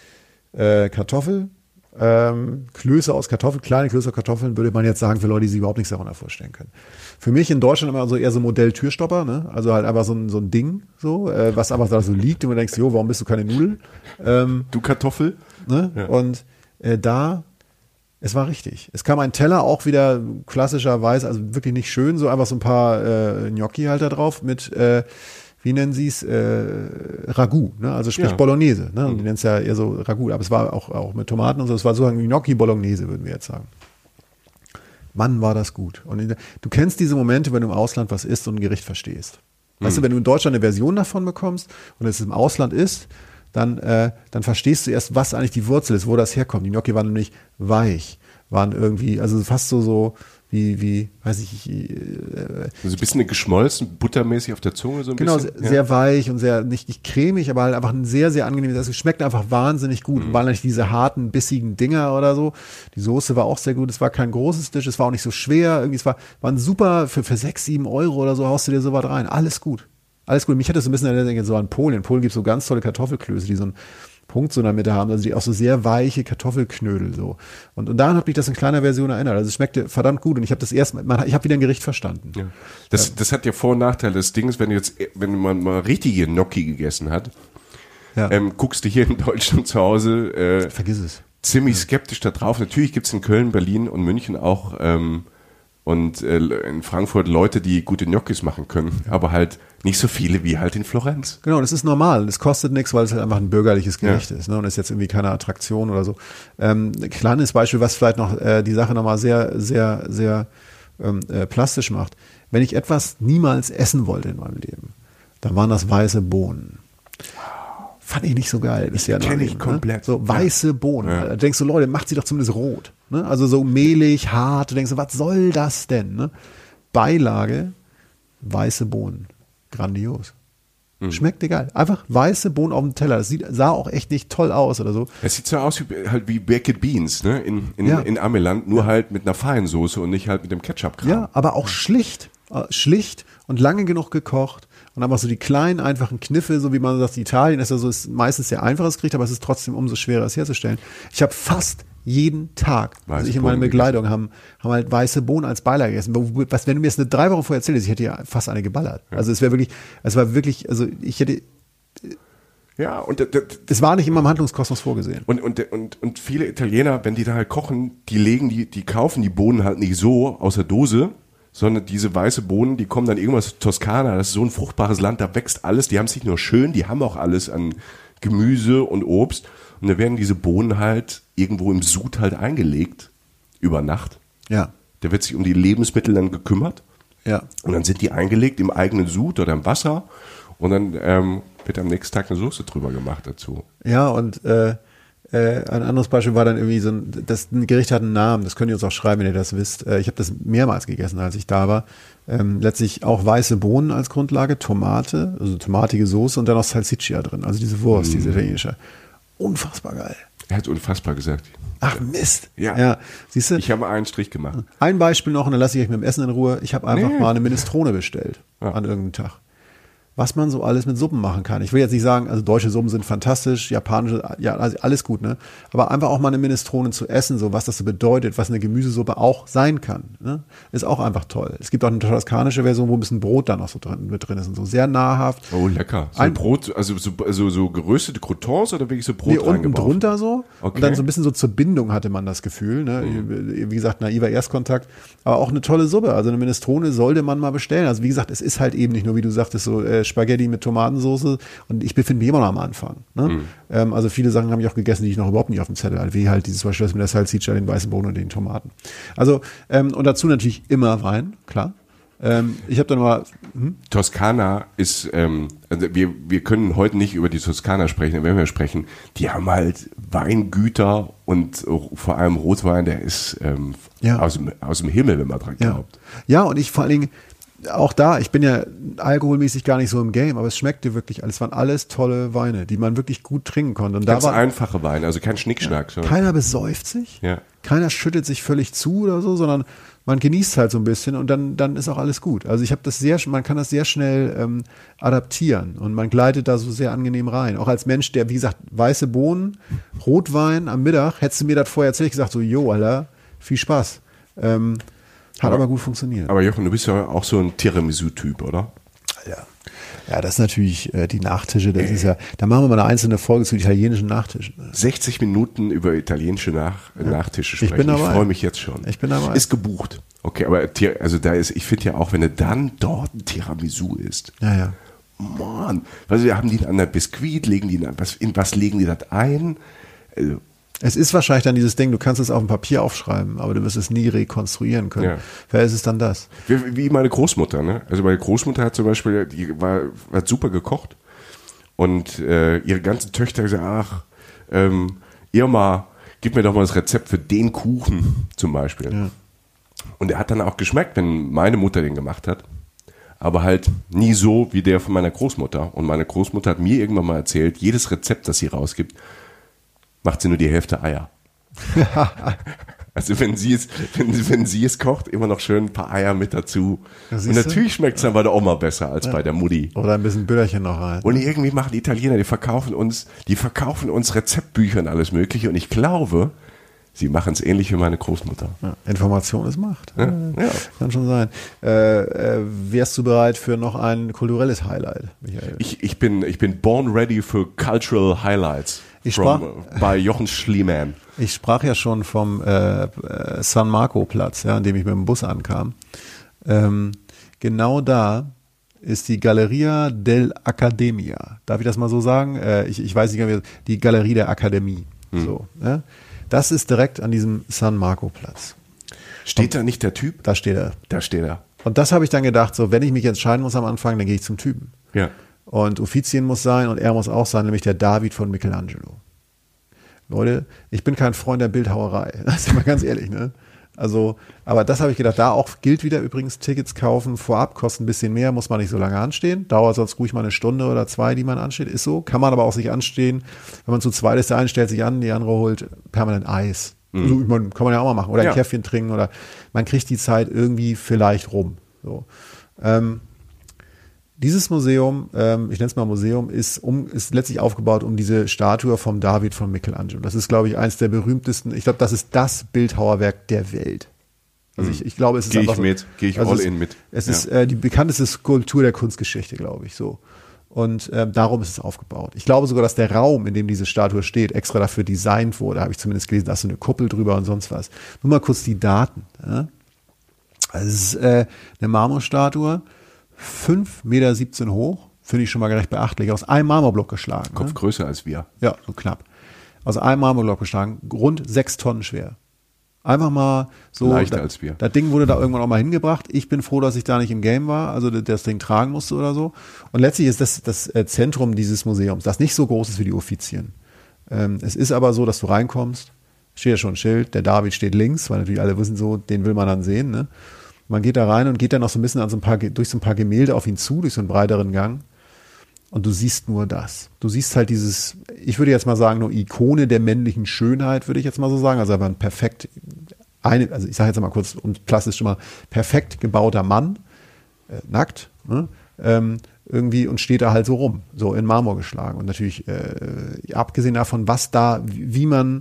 äh, Kartoffel, ähm, Klöße aus Kartoffeln, kleine Klöße aus Kartoffeln, würde man jetzt sagen, für Leute, die sich überhaupt nichts darunter vorstellen können. Für mich in Deutschland immer so eher so Modell Türstopper, ne? Also halt einfach so ein, so ein Ding, so, äh, was einfach da so liegt und man denkst, jo, warum bist du keine Nudel? Ähm, du Kartoffel? Ne? Ja. Und äh, da, es war richtig. Es kam ein Teller, auch wieder klassischerweise, also wirklich nicht schön, so einfach so ein paar äh, Gnocchi halt da drauf mit, äh, wie nennen sie es, äh, Ragout, ne? Also sprich ja. Bolognese, ne? Und mhm. die nennen es ja eher so Ragout, aber es war auch, auch mit Tomaten und so, es war sozusagen Gnocchi Bolognese, würden wir jetzt sagen. Mann, war das gut. Und du kennst diese Momente, wenn du im Ausland was isst und ein Gericht verstehst. Weißt mhm. du, wenn du in Deutschland eine Version davon bekommst und es im Ausland ist, dann, äh, dann verstehst du erst, was eigentlich die Wurzel ist, wo das herkommt. Die Gnocchi waren nämlich weich, waren irgendwie, also fast so, so wie, wie, weiß ich, äh, also ein bisschen geschmolzen, buttermäßig auf der Zunge so ein genau, bisschen. Genau, sehr ja. weich und sehr, nicht, nicht cremig, aber halt einfach ein sehr, sehr angenehmes, also es schmeckt einfach wahnsinnig gut. Mhm. Und waren nicht diese harten, bissigen Dinger oder so. Die Soße war auch sehr gut, es war kein großes Dish, es war auch nicht so schwer, irgendwie, es war, war ein super, für, für sechs, sieben Euro oder so haust du dir sowas rein, alles gut. Alles gut. Mich hat das so ein bisschen erinnert so an Polen. In Polen gibt es so ganz tolle Kartoffelklöße, die so einen Punkt so in der Mitte haben, also die auch so sehr weiche Kartoffelknödel so. Und, und daran hat mich das in kleiner Version erinnert. Also es schmeckte verdammt gut und ich habe das erst, man, ich habe wieder ein Gericht verstanden. Ja. Das, ja. das hat ja Vor- und Nachteile. Das Ding ist, wenn du jetzt, wenn man mal richtige Gnocchi gegessen hat, ja. ähm, guckst du hier in Deutschland zu Hause äh, vergiss es. ziemlich skeptisch da drauf. Natürlich gibt es in Köln, Berlin und München auch ähm, und äh, in Frankfurt Leute, die gute Gnocchis machen können, aber halt nicht so viele wie halt in Florenz. Genau, das ist normal. Das kostet nichts, weil es halt einfach ein bürgerliches Gericht ja. ist. Ne? Und ist jetzt irgendwie keine Attraktion oder so. Ähm, ein kleines Beispiel, was vielleicht noch äh, die Sache nochmal sehr, sehr, sehr ähm, äh, plastisch macht. Wenn ich etwas niemals essen wollte in meinem Leben, dann waren das weiße Bohnen. Fand ich nicht so geil. Das ja kenne ich ne? komplett. So weiße Bohnen. Ja. Da denkst du, Leute, macht sie doch zumindest rot. Ne? Also so mehlig, hart. Du denkst, was soll das denn? Ne? Beilage, weiße Bohnen. Grandios. Mhm. Schmeckt egal. Einfach weiße Bohnen auf dem Teller. Das sieht, sah auch echt nicht toll aus oder so. Es sieht so aus wie, halt wie Baked Beans, ne? In, in, ja. in Amiland, nur ja. halt mit einer feinen Soße und nicht halt mit dem Ketchup-Kram. Ja, aber auch schlicht. Äh, schlicht und lange genug gekocht. Und einfach so die kleinen, einfachen Kniffe, so wie man sagt, Italien ist ja so, ist meistens sehr einfaches Gericht, aber es ist trotzdem umso schwerer, es herzustellen. Ich habe fast jeden Tag, weiße also ich in meiner Begleitung, haben, haben halt weiße Bohnen als Beilage gegessen. Was, wenn du mir das eine drei Wochen vorher erzählst, ich hätte ja fast eine geballert. Ja. Also es wäre wirklich, es war wirklich, also ich hätte, ja, und das, das war nicht immer im Handlungskosmos vorgesehen. Und, und, und, und viele Italiener, wenn die da halt kochen, die legen die, die kaufen die Bohnen halt nicht so aus der Dose, sondern diese weiße Bohnen, die kommen dann irgendwas aus Toskana, das ist so ein fruchtbares Land, da wächst alles, die haben es nicht nur schön, die haben auch alles an Gemüse und Obst und da werden diese Bohnen halt irgendwo im Sud halt eingelegt, über Nacht. Ja. Da wird sich um die Lebensmittel dann gekümmert. Ja. Und dann sind die eingelegt im eigenen Sud oder im Wasser und dann ähm, wird am nächsten Tag eine Soße drüber gemacht dazu. Ja, und äh, Äh, ein anderes Beispiel war dann irgendwie so ein, das ein Gericht hat einen Namen, das könnt ihr uns auch schreiben, wenn ihr das wisst. Äh, ich habe das mehrmals gegessen, als ich da war. Ähm, letztlich auch weiße Bohnen als Grundlage, Tomate, also tomatige Soße und dann noch Salsiccia drin, also diese Wurst, mm. diese italienische. Unfassbar geil. Er hat unfassbar gesagt. Ach Mist. Ja. ja. Siehst du? Ich habe einen Strich gemacht. Ein Beispiel noch und dann lasse ich euch mit dem Essen in Ruhe. Ich habe einfach nee. mal eine Minestrone bestellt ja. an irgendeinem Tag. Was man so alles mit Suppen machen kann. Ich will jetzt nicht sagen, also deutsche Suppen sind fantastisch, japanische, ja, also alles gut, ne? Aber einfach auch mal eine Minestrone zu essen, so was das so bedeutet, was eine Gemüsesuppe auch sein kann, ne? Ist auch einfach toll. Es gibt auch eine toskanische Version, wo ein bisschen Brot da noch so drin, mit drin ist und so sehr nahrhaft. Oh, lecker. So ein Brot, also so, also so geröstete Croutons oder wirklich so Brot nee, unten drunter so. Okay. Und dann so ein bisschen so zur Bindung hatte man das Gefühl, ne? Mhm. Wie gesagt, naiver Erstkontakt. Aber auch eine tolle Suppe. Also eine Minestrone sollte man mal bestellen. Also wie gesagt, es ist halt eben nicht nur, wie du sagtest, so äh, Spaghetti mit Tomatensauce und ich befinde mich immer noch am Anfang. Ne? Mhm. Ähm, also viele Sachen habe ich auch gegessen, die ich noch überhaupt nicht auf dem Zettel hatte, wie halt dieses zum Beispiel das mit der Salsiccia, den weißen Bohnen und den Tomaten. Also ähm, und dazu natürlich immer Wein, klar. Ähm, ich habe dann mal hm? Toskana ist, ähm, also wir, wir können heute nicht über die Toskana sprechen, wenn wir sprechen, die haben halt Weingüter und vor allem Rotwein, der ist ähm, ja. aus, dem, aus dem Himmel, wenn man dran glaubt. Ja, und ich vor allen Dingen auch da, ich bin ja alkoholmäßig gar nicht so im Game, aber es schmeckte wirklich alles. Es waren alles tolle Weine, die man wirklich gut trinken konnte. Und Ganz da war einfache Weine, also kein Schnickschnack. Ja, keiner besäuft sich, ja. keiner schüttet sich völlig zu oder so, sondern man genießt halt so ein bisschen und dann, dann ist auch alles gut. Also ich habe das sehr, man kann das sehr schnell ähm, adaptieren und man gleitet da so sehr angenehm rein. Auch als Mensch, der, wie gesagt, weiße Bohnen, Rotwein am Mittag, hättest du mir das vorher erzählt, gesagt so, jo, Alter, viel Spaß. Ähm, Hat aber, aber gut funktioniert. Aber Jochen, du bist ja auch so ein Tiramisu-Typ, oder? Ja. Ja, das ist natürlich äh, die Nachtische, das äh. ist ja, da machen wir mal eine einzelne Folge zu italienischen Nachtischen. sechzig Minuten über italienische Nach- ja. Nachtische sprechen. Ich bin dabei. Ich freue mich jetzt schon. Ich bin dabei. Ist gebucht. Okay, aber also da ist, ich finde ja auch, wenn du dann dort ein Tiramisu isst. Ja, ja. Mann, also haben die an der Biskuit, legen die, was, in was legen die das ein? Also, es ist wahrscheinlich dann dieses Ding, du kannst es auf dem Papier aufschreiben, aber du wirst es nie rekonstruieren können. Ja. Wer ist es dann das? Wie, wie meine Großmutter, ne? Also meine Großmutter hat zum Beispiel, die war, hat super gekocht und äh, ihre ganzen Töchter gesagt, ach, ähm, Irma, gib mir doch mal das Rezept für den Kuchen zum Beispiel. Ja. Und er hat dann auch geschmeckt, wenn meine Mutter den gemacht hat, aber halt nie so wie der von meiner Großmutter. Und meine Großmutter hat mir irgendwann mal erzählt, jedes Rezept, das sie rausgibt, macht sie nur die Hälfte Eier. Also wenn sie es, wenn, wenn sie es kocht, immer noch schön ein paar Eier mit dazu. Und natürlich schmeckt es dann bei der Oma besser als ja. bei der Mutti. Oder ein bisschen Büllerchen noch rein. Und irgendwie machen die Italiener, die verkaufen uns, die verkaufen uns Rezeptbücher und alles Mögliche. Und ich glaube, sie machen es ähnlich wie meine Großmutter. Ja, Information ist Macht. Ja, ja. Kann schon sein. Äh, äh, wärst du bereit für noch ein kulturelles Highlight, Michael? Ich, ich, bin, ich bin born ready für Cultural Highlights. Ich sprach, from, uh, bei Jochen Schliemann. Ich sprach ja schon vom äh, San Marco Platz, ja, an dem ich mit dem Bus ankam. Ähm, genau da ist die Galleria dell'Accademia. Darf ich das mal so sagen? Äh, ich, ich weiß nicht, wie, die Galerie der Akademie. Hm. So, ja? Das ist direkt an diesem San Marco Platz. Steht Und, da nicht der Typ? Da steht er. Da steht er. Und das habe ich dann gedacht, so wenn ich mich entscheiden muss am Anfang, dann gehe ich zum Typen. Ja. Und Uffizien muss sein und er muss auch sein, nämlich der David von Michelangelo. Leute, ich bin kein Freund der Bildhauerei. Das ist mal ganz ehrlich, ne? Also, aber das habe ich gedacht, da auch gilt wieder übrigens Tickets kaufen, vorab kosten ein bisschen mehr, muss man nicht so lange anstehen, dauert sonst ruhig mal eine Stunde oder zwei, die man ansteht, ist so, kann man aber auch sich anstehen, wenn man zu zweit ist, der eine stellt sich an, die andere holt permanent Eis. Mhm. Also, ich meine, kann man ja auch mal machen oder ein ja. Käffchen trinken oder man kriegt die Zeit irgendwie vielleicht rum. So. Ähm, Dieses Museum, ähm, ich nenne es mal Museum, ist, um, ist letztlich aufgebaut um diese Statue vom David von Michelangelo. Das ist, glaube ich, eins der berühmtesten, ich glaube, das ist das Bildhauerwerk der Welt. Also ich, ich glaube, es ist Geh einfach ich mit, gehe ich also all es, in mit. Es ja. ist äh, die bekannteste Skulptur der Kunstgeschichte, glaube ich, so. Und ähm, darum ist es aufgebaut. Ich glaube sogar, dass der Raum, in dem diese Statue steht, extra dafür designt wurde, habe ich zumindest gelesen, da ist so eine Kuppel drüber und sonst was. Nur mal kurz die Daten. Ja? Also es ist äh, eine Marmorstatue, fünf Meter siebzehn hoch, finde ich schon mal recht beachtlich, aus einem Marmorblock geschlagen. Kopf ne? größer als wir. Ja, so knapp. Aus einem Marmorblock geschlagen, rund sechs Tonnen schwer. Einfach mal so. Leichter da, als wir. Das Ding wurde da irgendwann auch mal hingebracht. Ich bin froh, dass ich da nicht im Game war, also das Ding tragen musste oder so. Und letztlich ist das das Zentrum dieses Museums, das nicht so groß ist wie die Uffizien. Ähm, es ist aber so, dass du reinkommst, steht ja schon ein Schild, der David steht links, weil natürlich alle wissen so, den will man dann sehen, ne? Man geht da rein und geht dann noch so ein bisschen an so ein paar, durch so ein paar Gemälde auf ihn zu, durch so einen breiteren Gang. Und du siehst nur das. Du siehst halt dieses, ich würde jetzt mal sagen, nur Ikone der männlichen Schönheit, würde ich jetzt mal so sagen. Also aber ein perfekt, eine, also ich sage jetzt mal kurz und plastisch schon mal, perfekt gebauter Mann, äh, nackt, ne? ähm, irgendwie und steht da halt so rum, so in Marmor geschlagen. Und natürlich, äh, abgesehen davon, was da, wie man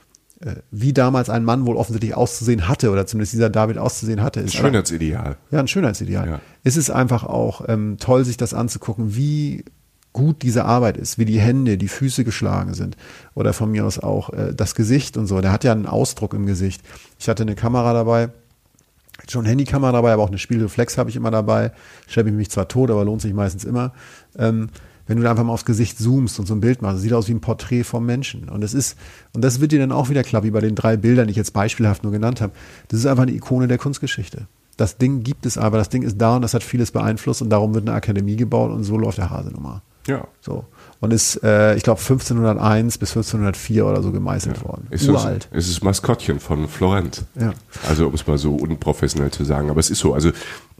wie damals ein Mann wohl offensichtlich auszusehen hatte, oder zumindest dieser David auszusehen hatte. Ist ein Schönheitsideal. Ja, ein Schönheitsideal. Ja. Es ist einfach auch ähm, toll, sich das anzugucken, wie gut diese Arbeit ist, wie die Hände, die Füße geschlagen sind. Oder von mir aus auch äh, das Gesicht und so. Der hat ja einen Ausdruck im Gesicht. Ich hatte eine Kamera dabei, schon eine Handykamera dabei, aber auch eine Spiegelreflex habe ich immer dabei. Schleppe ich mich zwar tot, aber lohnt sich meistens immer. Ähm, wenn du da einfach mal aufs Gesicht zoomst und so ein Bild machst, das sieht aus wie ein Porträt vom Menschen. Und das ist, und das wird dir dann auch wieder klar, wie bei den drei Bildern, die ich jetzt beispielhaft nur genannt habe. Das ist einfach eine Ikone der Kunstgeschichte. Das Ding gibt es aber, das Ding ist da und das hat vieles beeinflusst und darum wird eine Akademie gebaut und so läuft der Hase nun mal. Ja. So. Und ist, äh, ich glaube, fünfzehnhunderteins bis fünfzehnhundertvier oder so gemeißelt ja. worden. Ist Uralt. Es ist das Maskottchen von Florenz. Ja. Also, um es mal so unprofessionell zu sagen. Aber es ist so, also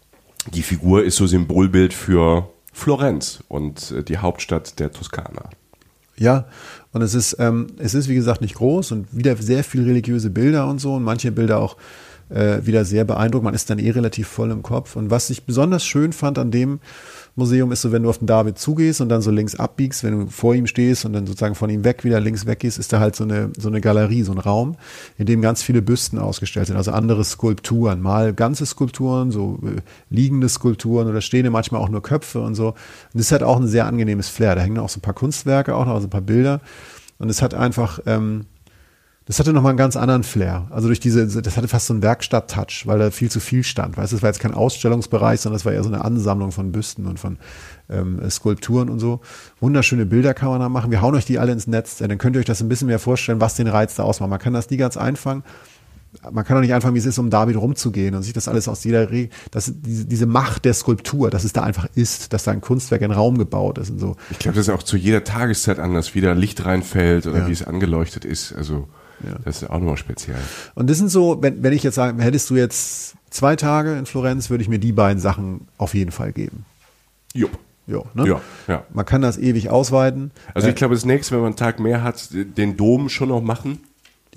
die Figur ist so Symbolbild für Florenz und äh, die Hauptstadt der Toskana. Ja, und es ist, ähm, es ist wie gesagt nicht groß und wieder sehr viel religiöse Bilder und so und manche Bilder auch äh, wieder sehr beeindruckend. Man ist dann eh relativ voll im Kopf. Und was ich besonders schön fand an dem Museum ist so, wenn du auf den David zugehst und dann so links abbiegst, wenn du vor ihm stehst und dann sozusagen von ihm weg wieder links weggehst, ist da halt so eine, so eine Galerie, so ein Raum, in dem ganz viele Büsten ausgestellt sind, also andere Skulpturen, mal ganze Skulpturen, so äh, liegende Skulpturen oder stehende, manchmal auch nur Köpfe und so. Und das hat auch ein sehr angenehmes Flair. Da hängen auch so ein paar Kunstwerke auch noch, also ein paar Bilder. Und es hat einfach, ähm, das hatte nochmal einen ganz anderen Flair. Also durch diese, das hatte fast so einen Werkstatt-Touch, weil da viel zu viel stand. Weißt du, das war jetzt kein Ausstellungsbereich, sondern das war eher so eine Ansammlung von Büsten und von ähm, Skulpturen und so. Wunderschöne Bilder kann man da machen. Wir hauen euch die alle ins Netz. Ja, dann könnt ihr euch das ein bisschen mehr vorstellen, was den Reiz da ausmacht. Man kann das nie ganz einfangen. Man kann doch nicht anfangen, wie es ist, um David rumzugehen und sich das alles aus jeder Regel, das, diese, diese Macht der Skulptur, dass es da einfach ist, dass da ein Kunstwerk in den Raum gebaut ist und so. Ich glaube, das ist auch zu jeder Tageszeit anders, wie da Licht reinfällt oder ja. wie es angeleuchtet ist. Also ja. Das ist auch nochmal speziell. Und das sind so, wenn, wenn ich jetzt sage, hättest du jetzt zwei Tage in Florenz, würde ich mir die beiden Sachen auf jeden Fall geben. Jupp. Jo, ne? Ja, ja. Man kann das ewig ausweiten. Also äh, ich glaube, das nächste, wenn man einen Tag mehr hat, den Dom schon noch machen. Ja.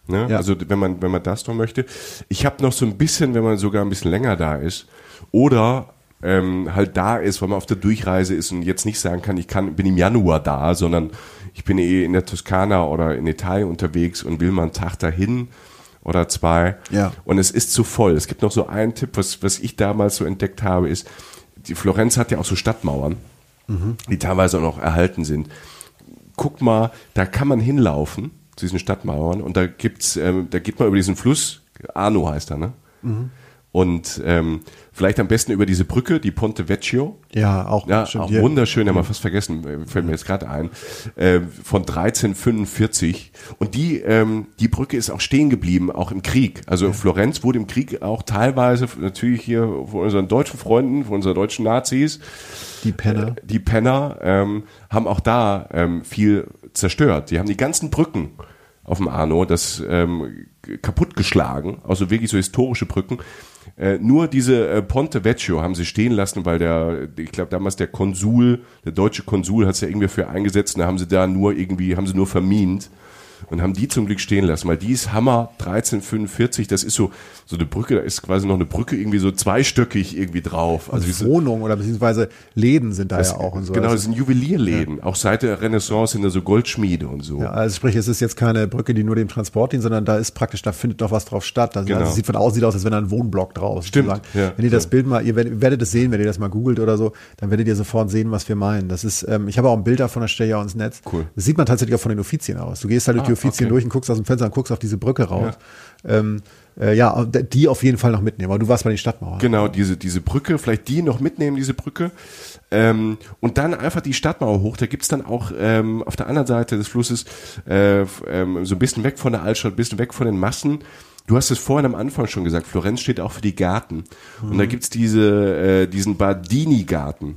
Ne? Ja. Also wenn man, wenn man das noch möchte. Ich habe noch so ein bisschen, wenn man sogar ein bisschen länger da ist oder ähm, halt da ist, weil man auf der Durchreise ist und jetzt nicht sagen kann, ich kann, bin im Januar da, sondern ich bin eh in der Toskana oder in Italien unterwegs und will mal einen Tag dahin oder zwei. Ja. Und es ist zu voll. Es gibt noch so einen Tipp, was, was ich damals so entdeckt habe, ist, die Florenz hat ja auch so Stadtmauern, mhm. die teilweise auch noch erhalten sind. Guck mal, da kann man hinlaufen zu diesen Stadtmauern und da gibt's, ähm, da geht man über diesen Fluss, Arno heißt er, ne? Mhm. Und ähm, vielleicht am besten über diese Brücke, die Ponte Vecchio. Ja, auch, ja, auch wunderschön, haben wir fast vergessen, fällt mir jetzt gerade ein, äh, von dreizehnhundertfünfundvierzig. Und die ähm, die Brücke ist auch stehen geblieben, auch im Krieg. Also ja. Florenz wurde im Krieg auch teilweise, natürlich hier von unseren deutschen Freunden, von unseren deutschen Nazis, die Penner, äh, die Penner ähm, haben auch da ähm, viel zerstört. Die haben die ganzen Brücken auf dem Arno das ähm, kaputtgeschlagen, also wirklich so historische Brücken. Äh, nur diese äh, Ponte Vecchio haben sie stehen lassen, weil der, ich glaube damals der Konsul, der deutsche Konsul hat es ja irgendwie für eingesetzt und da haben sie da nur irgendwie, haben sie nur vermint und haben die zum Glück stehen lassen, weil die ist Hammer dreizehnhundertfünfundvierzig, das ist so so eine Brücke, da ist quasi noch eine Brücke irgendwie so zweistöckig irgendwie drauf. Also diese Wohnungen oder beziehungsweise Läden sind da das, ja auch und so. Genau, das sind Juwelierläden, ja. Auch seit der Renaissance sind da so Goldschmiede und so. Ja, also sprich, es ist jetzt keine Brücke, die nur dem Transport dient, sondern da ist praktisch, da findet noch was drauf statt. Also, genau. also sieht von außen sieht aus, als wenn da ein Wohnblock draus. Stimmt. Ja, wenn ihr das Bild mal, ihr werdet, werdet es sehen, wenn ihr das mal googelt oder so, dann werdet ihr sofort sehen, was wir meinen. Das ist, ähm, ich habe auch ein Bild davon, das stelle ich auch ins Netz. Cool. Das sieht man tatsächlich auch von den Offizien aus. Du gehst halt durch ah, die Offizien okay. durch und guckst aus dem Fenster und guckst auf diese Brücke raus. Ja. Ähm, Äh, ja, die auf jeden Fall noch mitnehmen. Aber du warst bei den Stadtmauern. Genau, diese diese Brücke, vielleicht die noch mitnehmen, diese Brücke. Ähm, und dann einfach die Stadtmauer hoch. Da gibt's dann auch ähm, auf der anderen Seite des Flusses äh, ähm, so ein bisschen weg von der Altstadt, ein bisschen weg von den Massen. Du hast es vorhin am Anfang schon gesagt, Florenz steht auch für die Gärten. Mhm. Und da gibt's diese äh, diesen Bardini-Garten.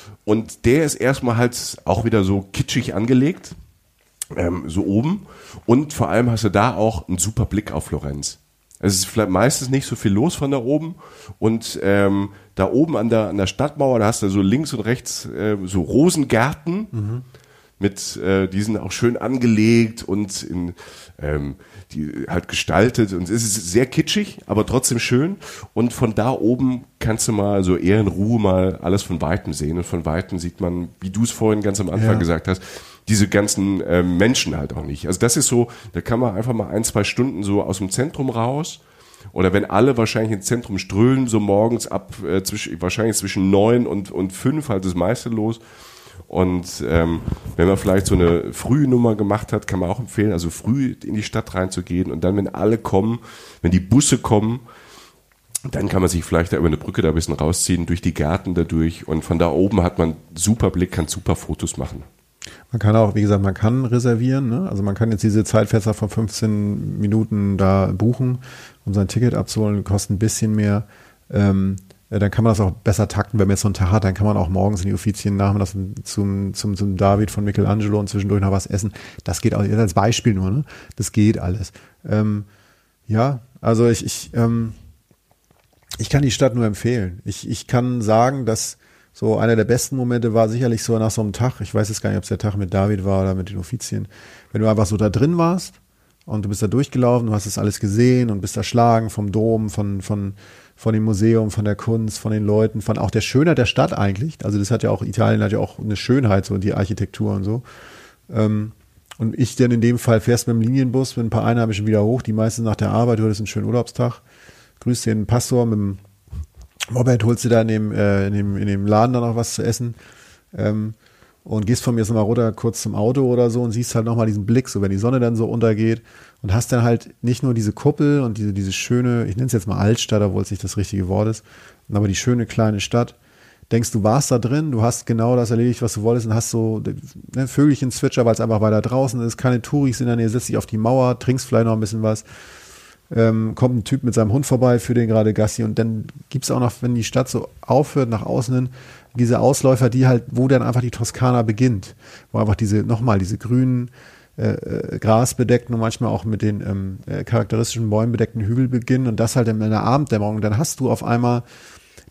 Und der ist erstmal halt auch wieder so kitschig angelegt, ähm, so oben. Und vor allem hast du da auch einen super Blick auf Florenz. Es ist vielleicht meistens nicht so viel los von da oben und ähm, da oben an der an der Stadtmauer, da hast du so links und rechts äh, so Rosengärten mhm. mit, äh, die sind auch schön angelegt und in, ähm, die halt gestaltet und es ist sehr kitschig, aber trotzdem schön und von da oben kannst du mal so eher in Ruhe mal alles von Weitem sehen und von Weitem sieht man, wie du es vorhin ganz am Anfang ja. gesagt hast, diese ganzen äh, Menschen halt auch nicht. Also das ist so, da kann man einfach mal ein, zwei Stunden so aus dem Zentrum raus oder wenn alle wahrscheinlich ins Zentrum strömen, so morgens ab, äh, zwischen, wahrscheinlich zwischen neun und, und fünf halt das meiste los. Und ähm, wenn man vielleicht so eine frühe Nummer gemacht hat, kann man auch empfehlen, also früh in die Stadt reinzugehen und dann, wenn alle kommen, wenn die Busse kommen, dann kann man sich vielleicht da über eine Brücke da ein bisschen rausziehen, durch die Gärten da durch und von da oben hat man super Blick, kann super Fotos machen. Man kann auch, wie gesagt, man kann reservieren, ne? Also man kann jetzt diese Zeitfenster von fünfzehn Minuten da buchen, um sein Ticket abzuholen, kostet ein bisschen mehr. Ähm, dann kann man das auch besser takten, wenn man jetzt so einen Tag hat, dann kann man auch morgens in die Offizien nachmittags zum, zum, zum David von Michelangelo und zwischendurch noch was essen. Das geht auch, als Beispiel nur, ne? Das geht alles. Ähm, ja, also ich, ich, ähm, ich kann die Stadt nur empfehlen. Ich, ich kann sagen, dass so einer der besten Momente war sicherlich so nach so einem Tag, ich weiß jetzt gar nicht, ob es der Tag mit David war oder mit den Offizien, wenn du einfach so da drin warst und du bist da durchgelaufen, du hast das alles gesehen und bist erschlagen vom Dom, von, von, von dem Museum, von der Kunst, von den Leuten, von auch der Schönheit der Stadt eigentlich. Also das hat ja auch, Italien hat ja auch eine Schönheit, so die Architektur und so. Und ich dann in dem Fall fährst mit dem Linienbus, mit ein paar Einheimischen wieder hoch, die meisten nach der Arbeit, du hattest einen schönen Urlaubstag, grüßt den Pastor mit dem Robert, holst du da in dem, äh, in dem, in dem Laden dann noch was zu essen ähm, und gehst von mir jetzt nochmal runter kurz zum Auto oder so und siehst halt nochmal diesen Blick, so wenn die Sonne dann so untergeht und hast dann halt nicht nur diese Kuppel und diese, diese schöne, ich nenne es jetzt mal Altstadt, obwohl es nicht das richtige Wort ist, aber die schöne kleine Stadt, denkst du warst da drin, du hast genau das erledigt, was du wolltest und hast so ne, Vögelchen zwitschern, weil es einfach weiter draußen ist, keine Touris in der Nähe, setzt dich auf die Mauer, trinkst vielleicht noch ein bisschen was. Ähm, kommt ein Typ mit seinem Hund vorbei, für den gerade Gassi und dann gibt es auch noch, wenn die Stadt so aufhört nach außen hin, diese Ausläufer, die halt, wo dann einfach die Toskana beginnt, wo einfach diese, nochmal diese grünen, äh, grasbedeckten und manchmal auch mit den ähm, äh, charakteristischen Bäumen bedeckten Hügel beginnen und das halt in einer Abenddämmerung, dann hast du auf einmal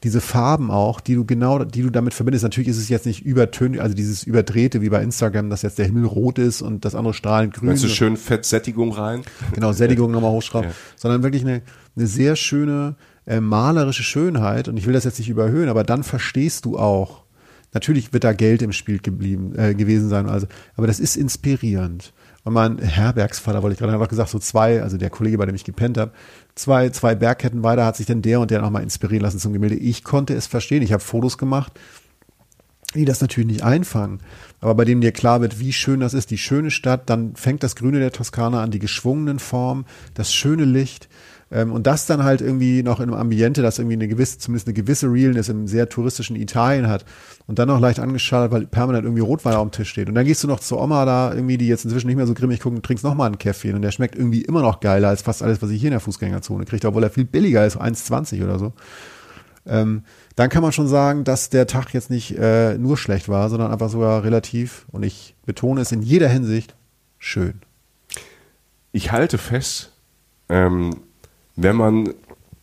diese Farben auch, die du genau, die du damit verbindest. Natürlich ist es jetzt nicht übertönt, also dieses Überdrehte wie bei Instagram, dass jetzt der Himmel rot ist und das andere strahlend grün. Meinst du schön Fettsättigung rein? Genau, Sättigung nochmal hochschrauben. Ja. Sondern wirklich eine, eine sehr schöne, äh, malerische Schönheit. Und ich will das jetzt nicht überhöhen, aber dann verstehst du auch, natürlich wird da Geld im Spiel geblieben, äh, gewesen sein, also, aber das ist inspirierend. Und mein Herbergsvater, wollte ich gerade, hat auch gesagt, so zwei, also der Kollege, bei dem ich gepennt habe, zwei, zwei Bergketten weiter hat sich dann der und der nochmal inspirieren lassen zum Gemälde. Ich konnte es verstehen. Ich habe Fotos gemacht, die das natürlich nicht einfangen. Aber bei denen dir klar wird, wie schön das ist, die schöne Stadt, dann fängt das Grüne der Toskana an, die geschwungenen Formen, das schöne Licht. Und das dann halt irgendwie noch in einem Ambiente, das irgendwie eine gewisse, zumindest eine gewisse Realness im sehr touristischen Italien hat und dann noch leicht angeschaltet, weil permanent irgendwie Rotwein auf dem Tisch steht. Und dann gehst du noch zur Oma da irgendwie, die jetzt inzwischen nicht mehr so grimmig gucken, trinkst noch mal einen Kaffee und der schmeckt irgendwie immer noch geiler als fast alles, was ich hier in der Fußgängerzone kriege, obwohl er viel billiger ist, eins zwanzig oder so. Ähm, dann kann man schon sagen, dass der Tag jetzt nicht äh, nur schlecht war, sondern einfach sogar relativ, und ich betone es in jeder Hinsicht, schön. Ich halte fest, ähm, wenn man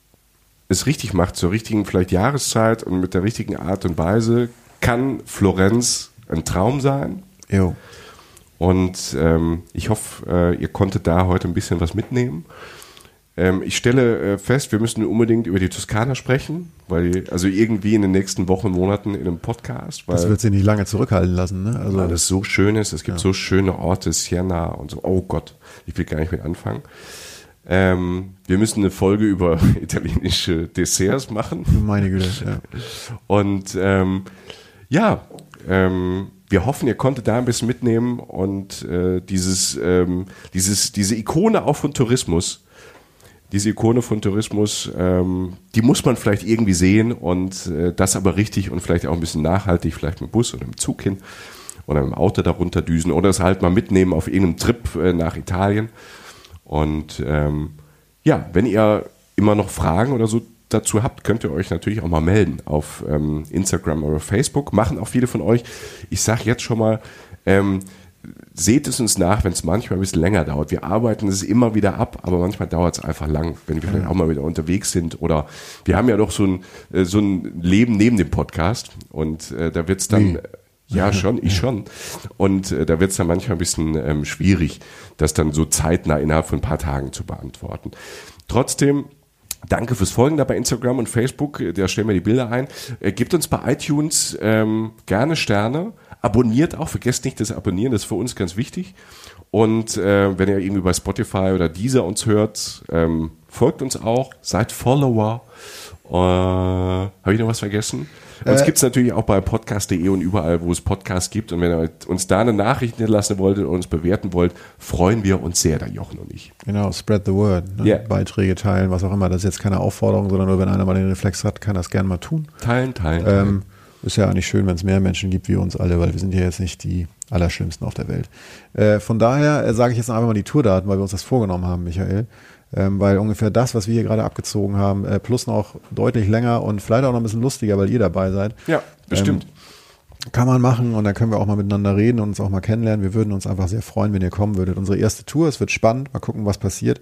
es richtig macht, zur richtigen vielleicht Jahreszeit und mit der richtigen Art und Weise, kann Florenz ein Traum sein. Jo. Und ähm, ich hoffe, äh, ihr konntet da heute ein bisschen was mitnehmen. Ähm, ich stelle äh, fest, wir müssen unbedingt über die Toskana sprechen, weil also irgendwie in den nächsten Wochen, Monaten in einem Podcast. Weil das wird sich nicht lange zurückhalten lassen, ne? Also weil das so schön ist. Es gibt ja. so schöne Orte, Siena und so. Oh Gott, ich will gar nicht mit anfangen. Ähm, wir müssen eine Folge über italienische Desserts machen. Meine Güte, ja. Und ähm, ja, ähm, wir hoffen, ihr konntet da ein bisschen mitnehmen und äh, dieses, ähm, dieses, diese Ikone auch von Tourismus, diese Ikone von Tourismus, ähm, die muss man vielleicht irgendwie sehen und äh, das aber richtig und vielleicht auch ein bisschen nachhaltig, vielleicht mit dem Bus oder mit dem Zug hin oder mit dem Auto darunter düsen oder es halt mal mitnehmen auf irgendeinem Trip äh, nach Italien. Und ähm, ja, wenn ihr immer noch Fragen oder so dazu habt, könnt ihr euch natürlich auch mal melden auf ähm, Instagram oder Facebook. Machen auch viele von euch. Ich sage jetzt schon mal, ähm, seht es uns nach, wenn es manchmal ein bisschen länger dauert. Wir arbeiten es immer wieder ab, aber manchmal dauert es einfach lang, wenn wir vielleicht auch mal wieder unterwegs sind. Oder wir haben ja doch so ein, äh, so ein Leben neben dem Podcast und äh, da wird es dann... Wie? Ja, schon, ich schon. Und äh, da wird es dann manchmal ein bisschen ähm, schwierig, das dann so zeitnah innerhalb von ein paar Tagen zu beantworten. Trotzdem, danke fürs Folgen da bei Instagram und Facebook, da stellen wir die Bilder ein. Äh, gebt uns bei iTunes ähm, gerne Sterne, abonniert auch, vergesst nicht das Abonnieren, das ist für uns ganz wichtig. Und äh, wenn ihr irgendwie bei Spotify oder Deezer uns hört, ähm, folgt uns auch, seid Follower. Äh, Habe ich noch was vergessen? Uns äh, gibt es natürlich auch bei podcast punkt de und überall, wo es Podcasts gibt. Und wenn ihr uns da eine Nachricht hinterlassen wollt und uns bewerten wollt, freuen wir uns sehr, der Jochen und ich. Genau, spread the word. Ne? Yeah. Beiträge teilen, was auch immer. Das ist jetzt keine Aufforderung, sondern nur, wenn einer mal den Reflex hat, kann das gerne mal tun. Teilen, teilen. teilen. Ähm, ist ja eigentlich schön, wenn es mehr Menschen gibt wie uns alle, weil wir sind ja jetzt nicht die Allerschlimmsten auf der Welt. Äh, von daher äh, sage ich jetzt einfach mal die Tourdaten, weil wir uns das vorgenommen haben, Michael. Ähm, weil ungefähr das, was wir hier gerade abgezogen haben, äh, plus noch deutlich länger und vielleicht auch noch ein bisschen lustiger, weil ihr dabei seid. Ja, bestimmt. Ähm, kann man machen und dann können wir auch mal miteinander reden und uns auch mal kennenlernen. Wir würden uns einfach sehr freuen, wenn ihr kommen würdet. Unsere erste Tour, es wird spannend, mal gucken, was passiert.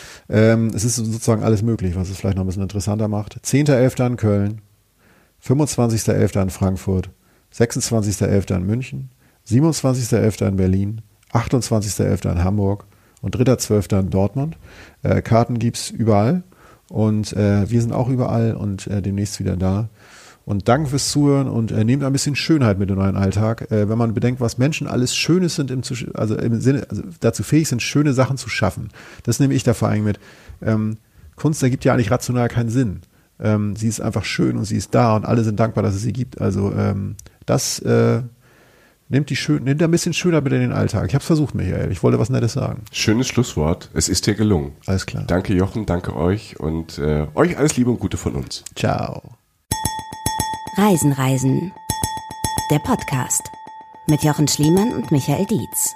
Ähm, es ist sozusagen alles möglich, was es vielleicht noch ein bisschen interessanter macht. zehnter elfter in Köln, fünfundzwanzigster elfter in Frankfurt, sechsundzwanzigster elfter in München, siebenundzwanzigster elfter in Berlin, achtundzwanzigster elfter in Hamburg und dritter zwölfter in Dortmund. Äh, Karten gibt's überall und äh, wir sind auch überall und äh, demnächst wieder da. Und danke fürs Zuhören und äh, nehmt ein bisschen Schönheit mit in euren Alltag. Äh, wenn man bedenkt, was Menschen alles Schönes sind, im, also im Sinne, also dazu fähig sind, schöne Sachen zu schaffen. Das nehme ich da vor allem mit. Ähm, Kunst ergibt ja eigentlich rational keinen Sinn. Ähm, sie ist einfach schön und sie ist da und alle sind dankbar, dass es sie gibt. Also ähm, das äh, Nehmt die schön, nehmt ein bisschen schöner mit in den Alltag. Ich habe es versucht, Michael. Ich wollte was Nettes sagen. Schönes Schlusswort. Es ist dir gelungen. Alles klar. Danke Jochen, danke euch und äh, euch alles Liebe und Gute von uns. Ciao. Reisen, Reisen. Der Podcast mit Jochen Schliemann und Michael Dietz.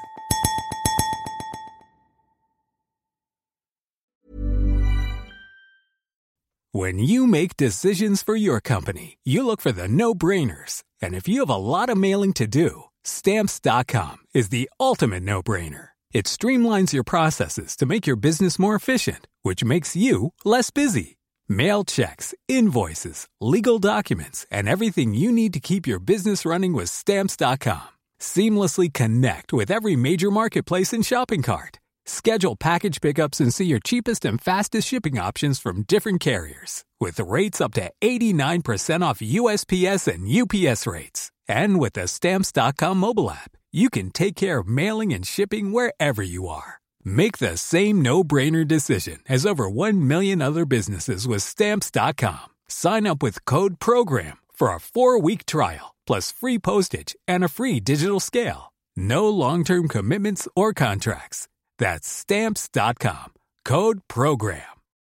When you make decisions for your company, you look for the no-brainers. And if you have a lot of mailing to do, Stamps dot com is the ultimate no-brainer. It streamlines your processes to make your business more efficient, which makes you less busy. Mail checks, invoices, legal documents, and everything you need to keep your business running with Stamps dot com. Seamlessly connect with every major marketplace and shopping cart. Schedule package pickups and see your cheapest and fastest shipping options from different carriers. With rates up to eighty-nine percent off U S P S and U P S rates. And with the Stamps dot com mobile app, you can take care of mailing and shipping wherever you are. Make the same no-brainer decision as over one million other businesses with Stamps dot com. Sign up with code PROGRAM for a four-week trial, plus free postage and a free digital scale. No long-term commitments or contracts. That's Stamps dot com. Code PROGRAM.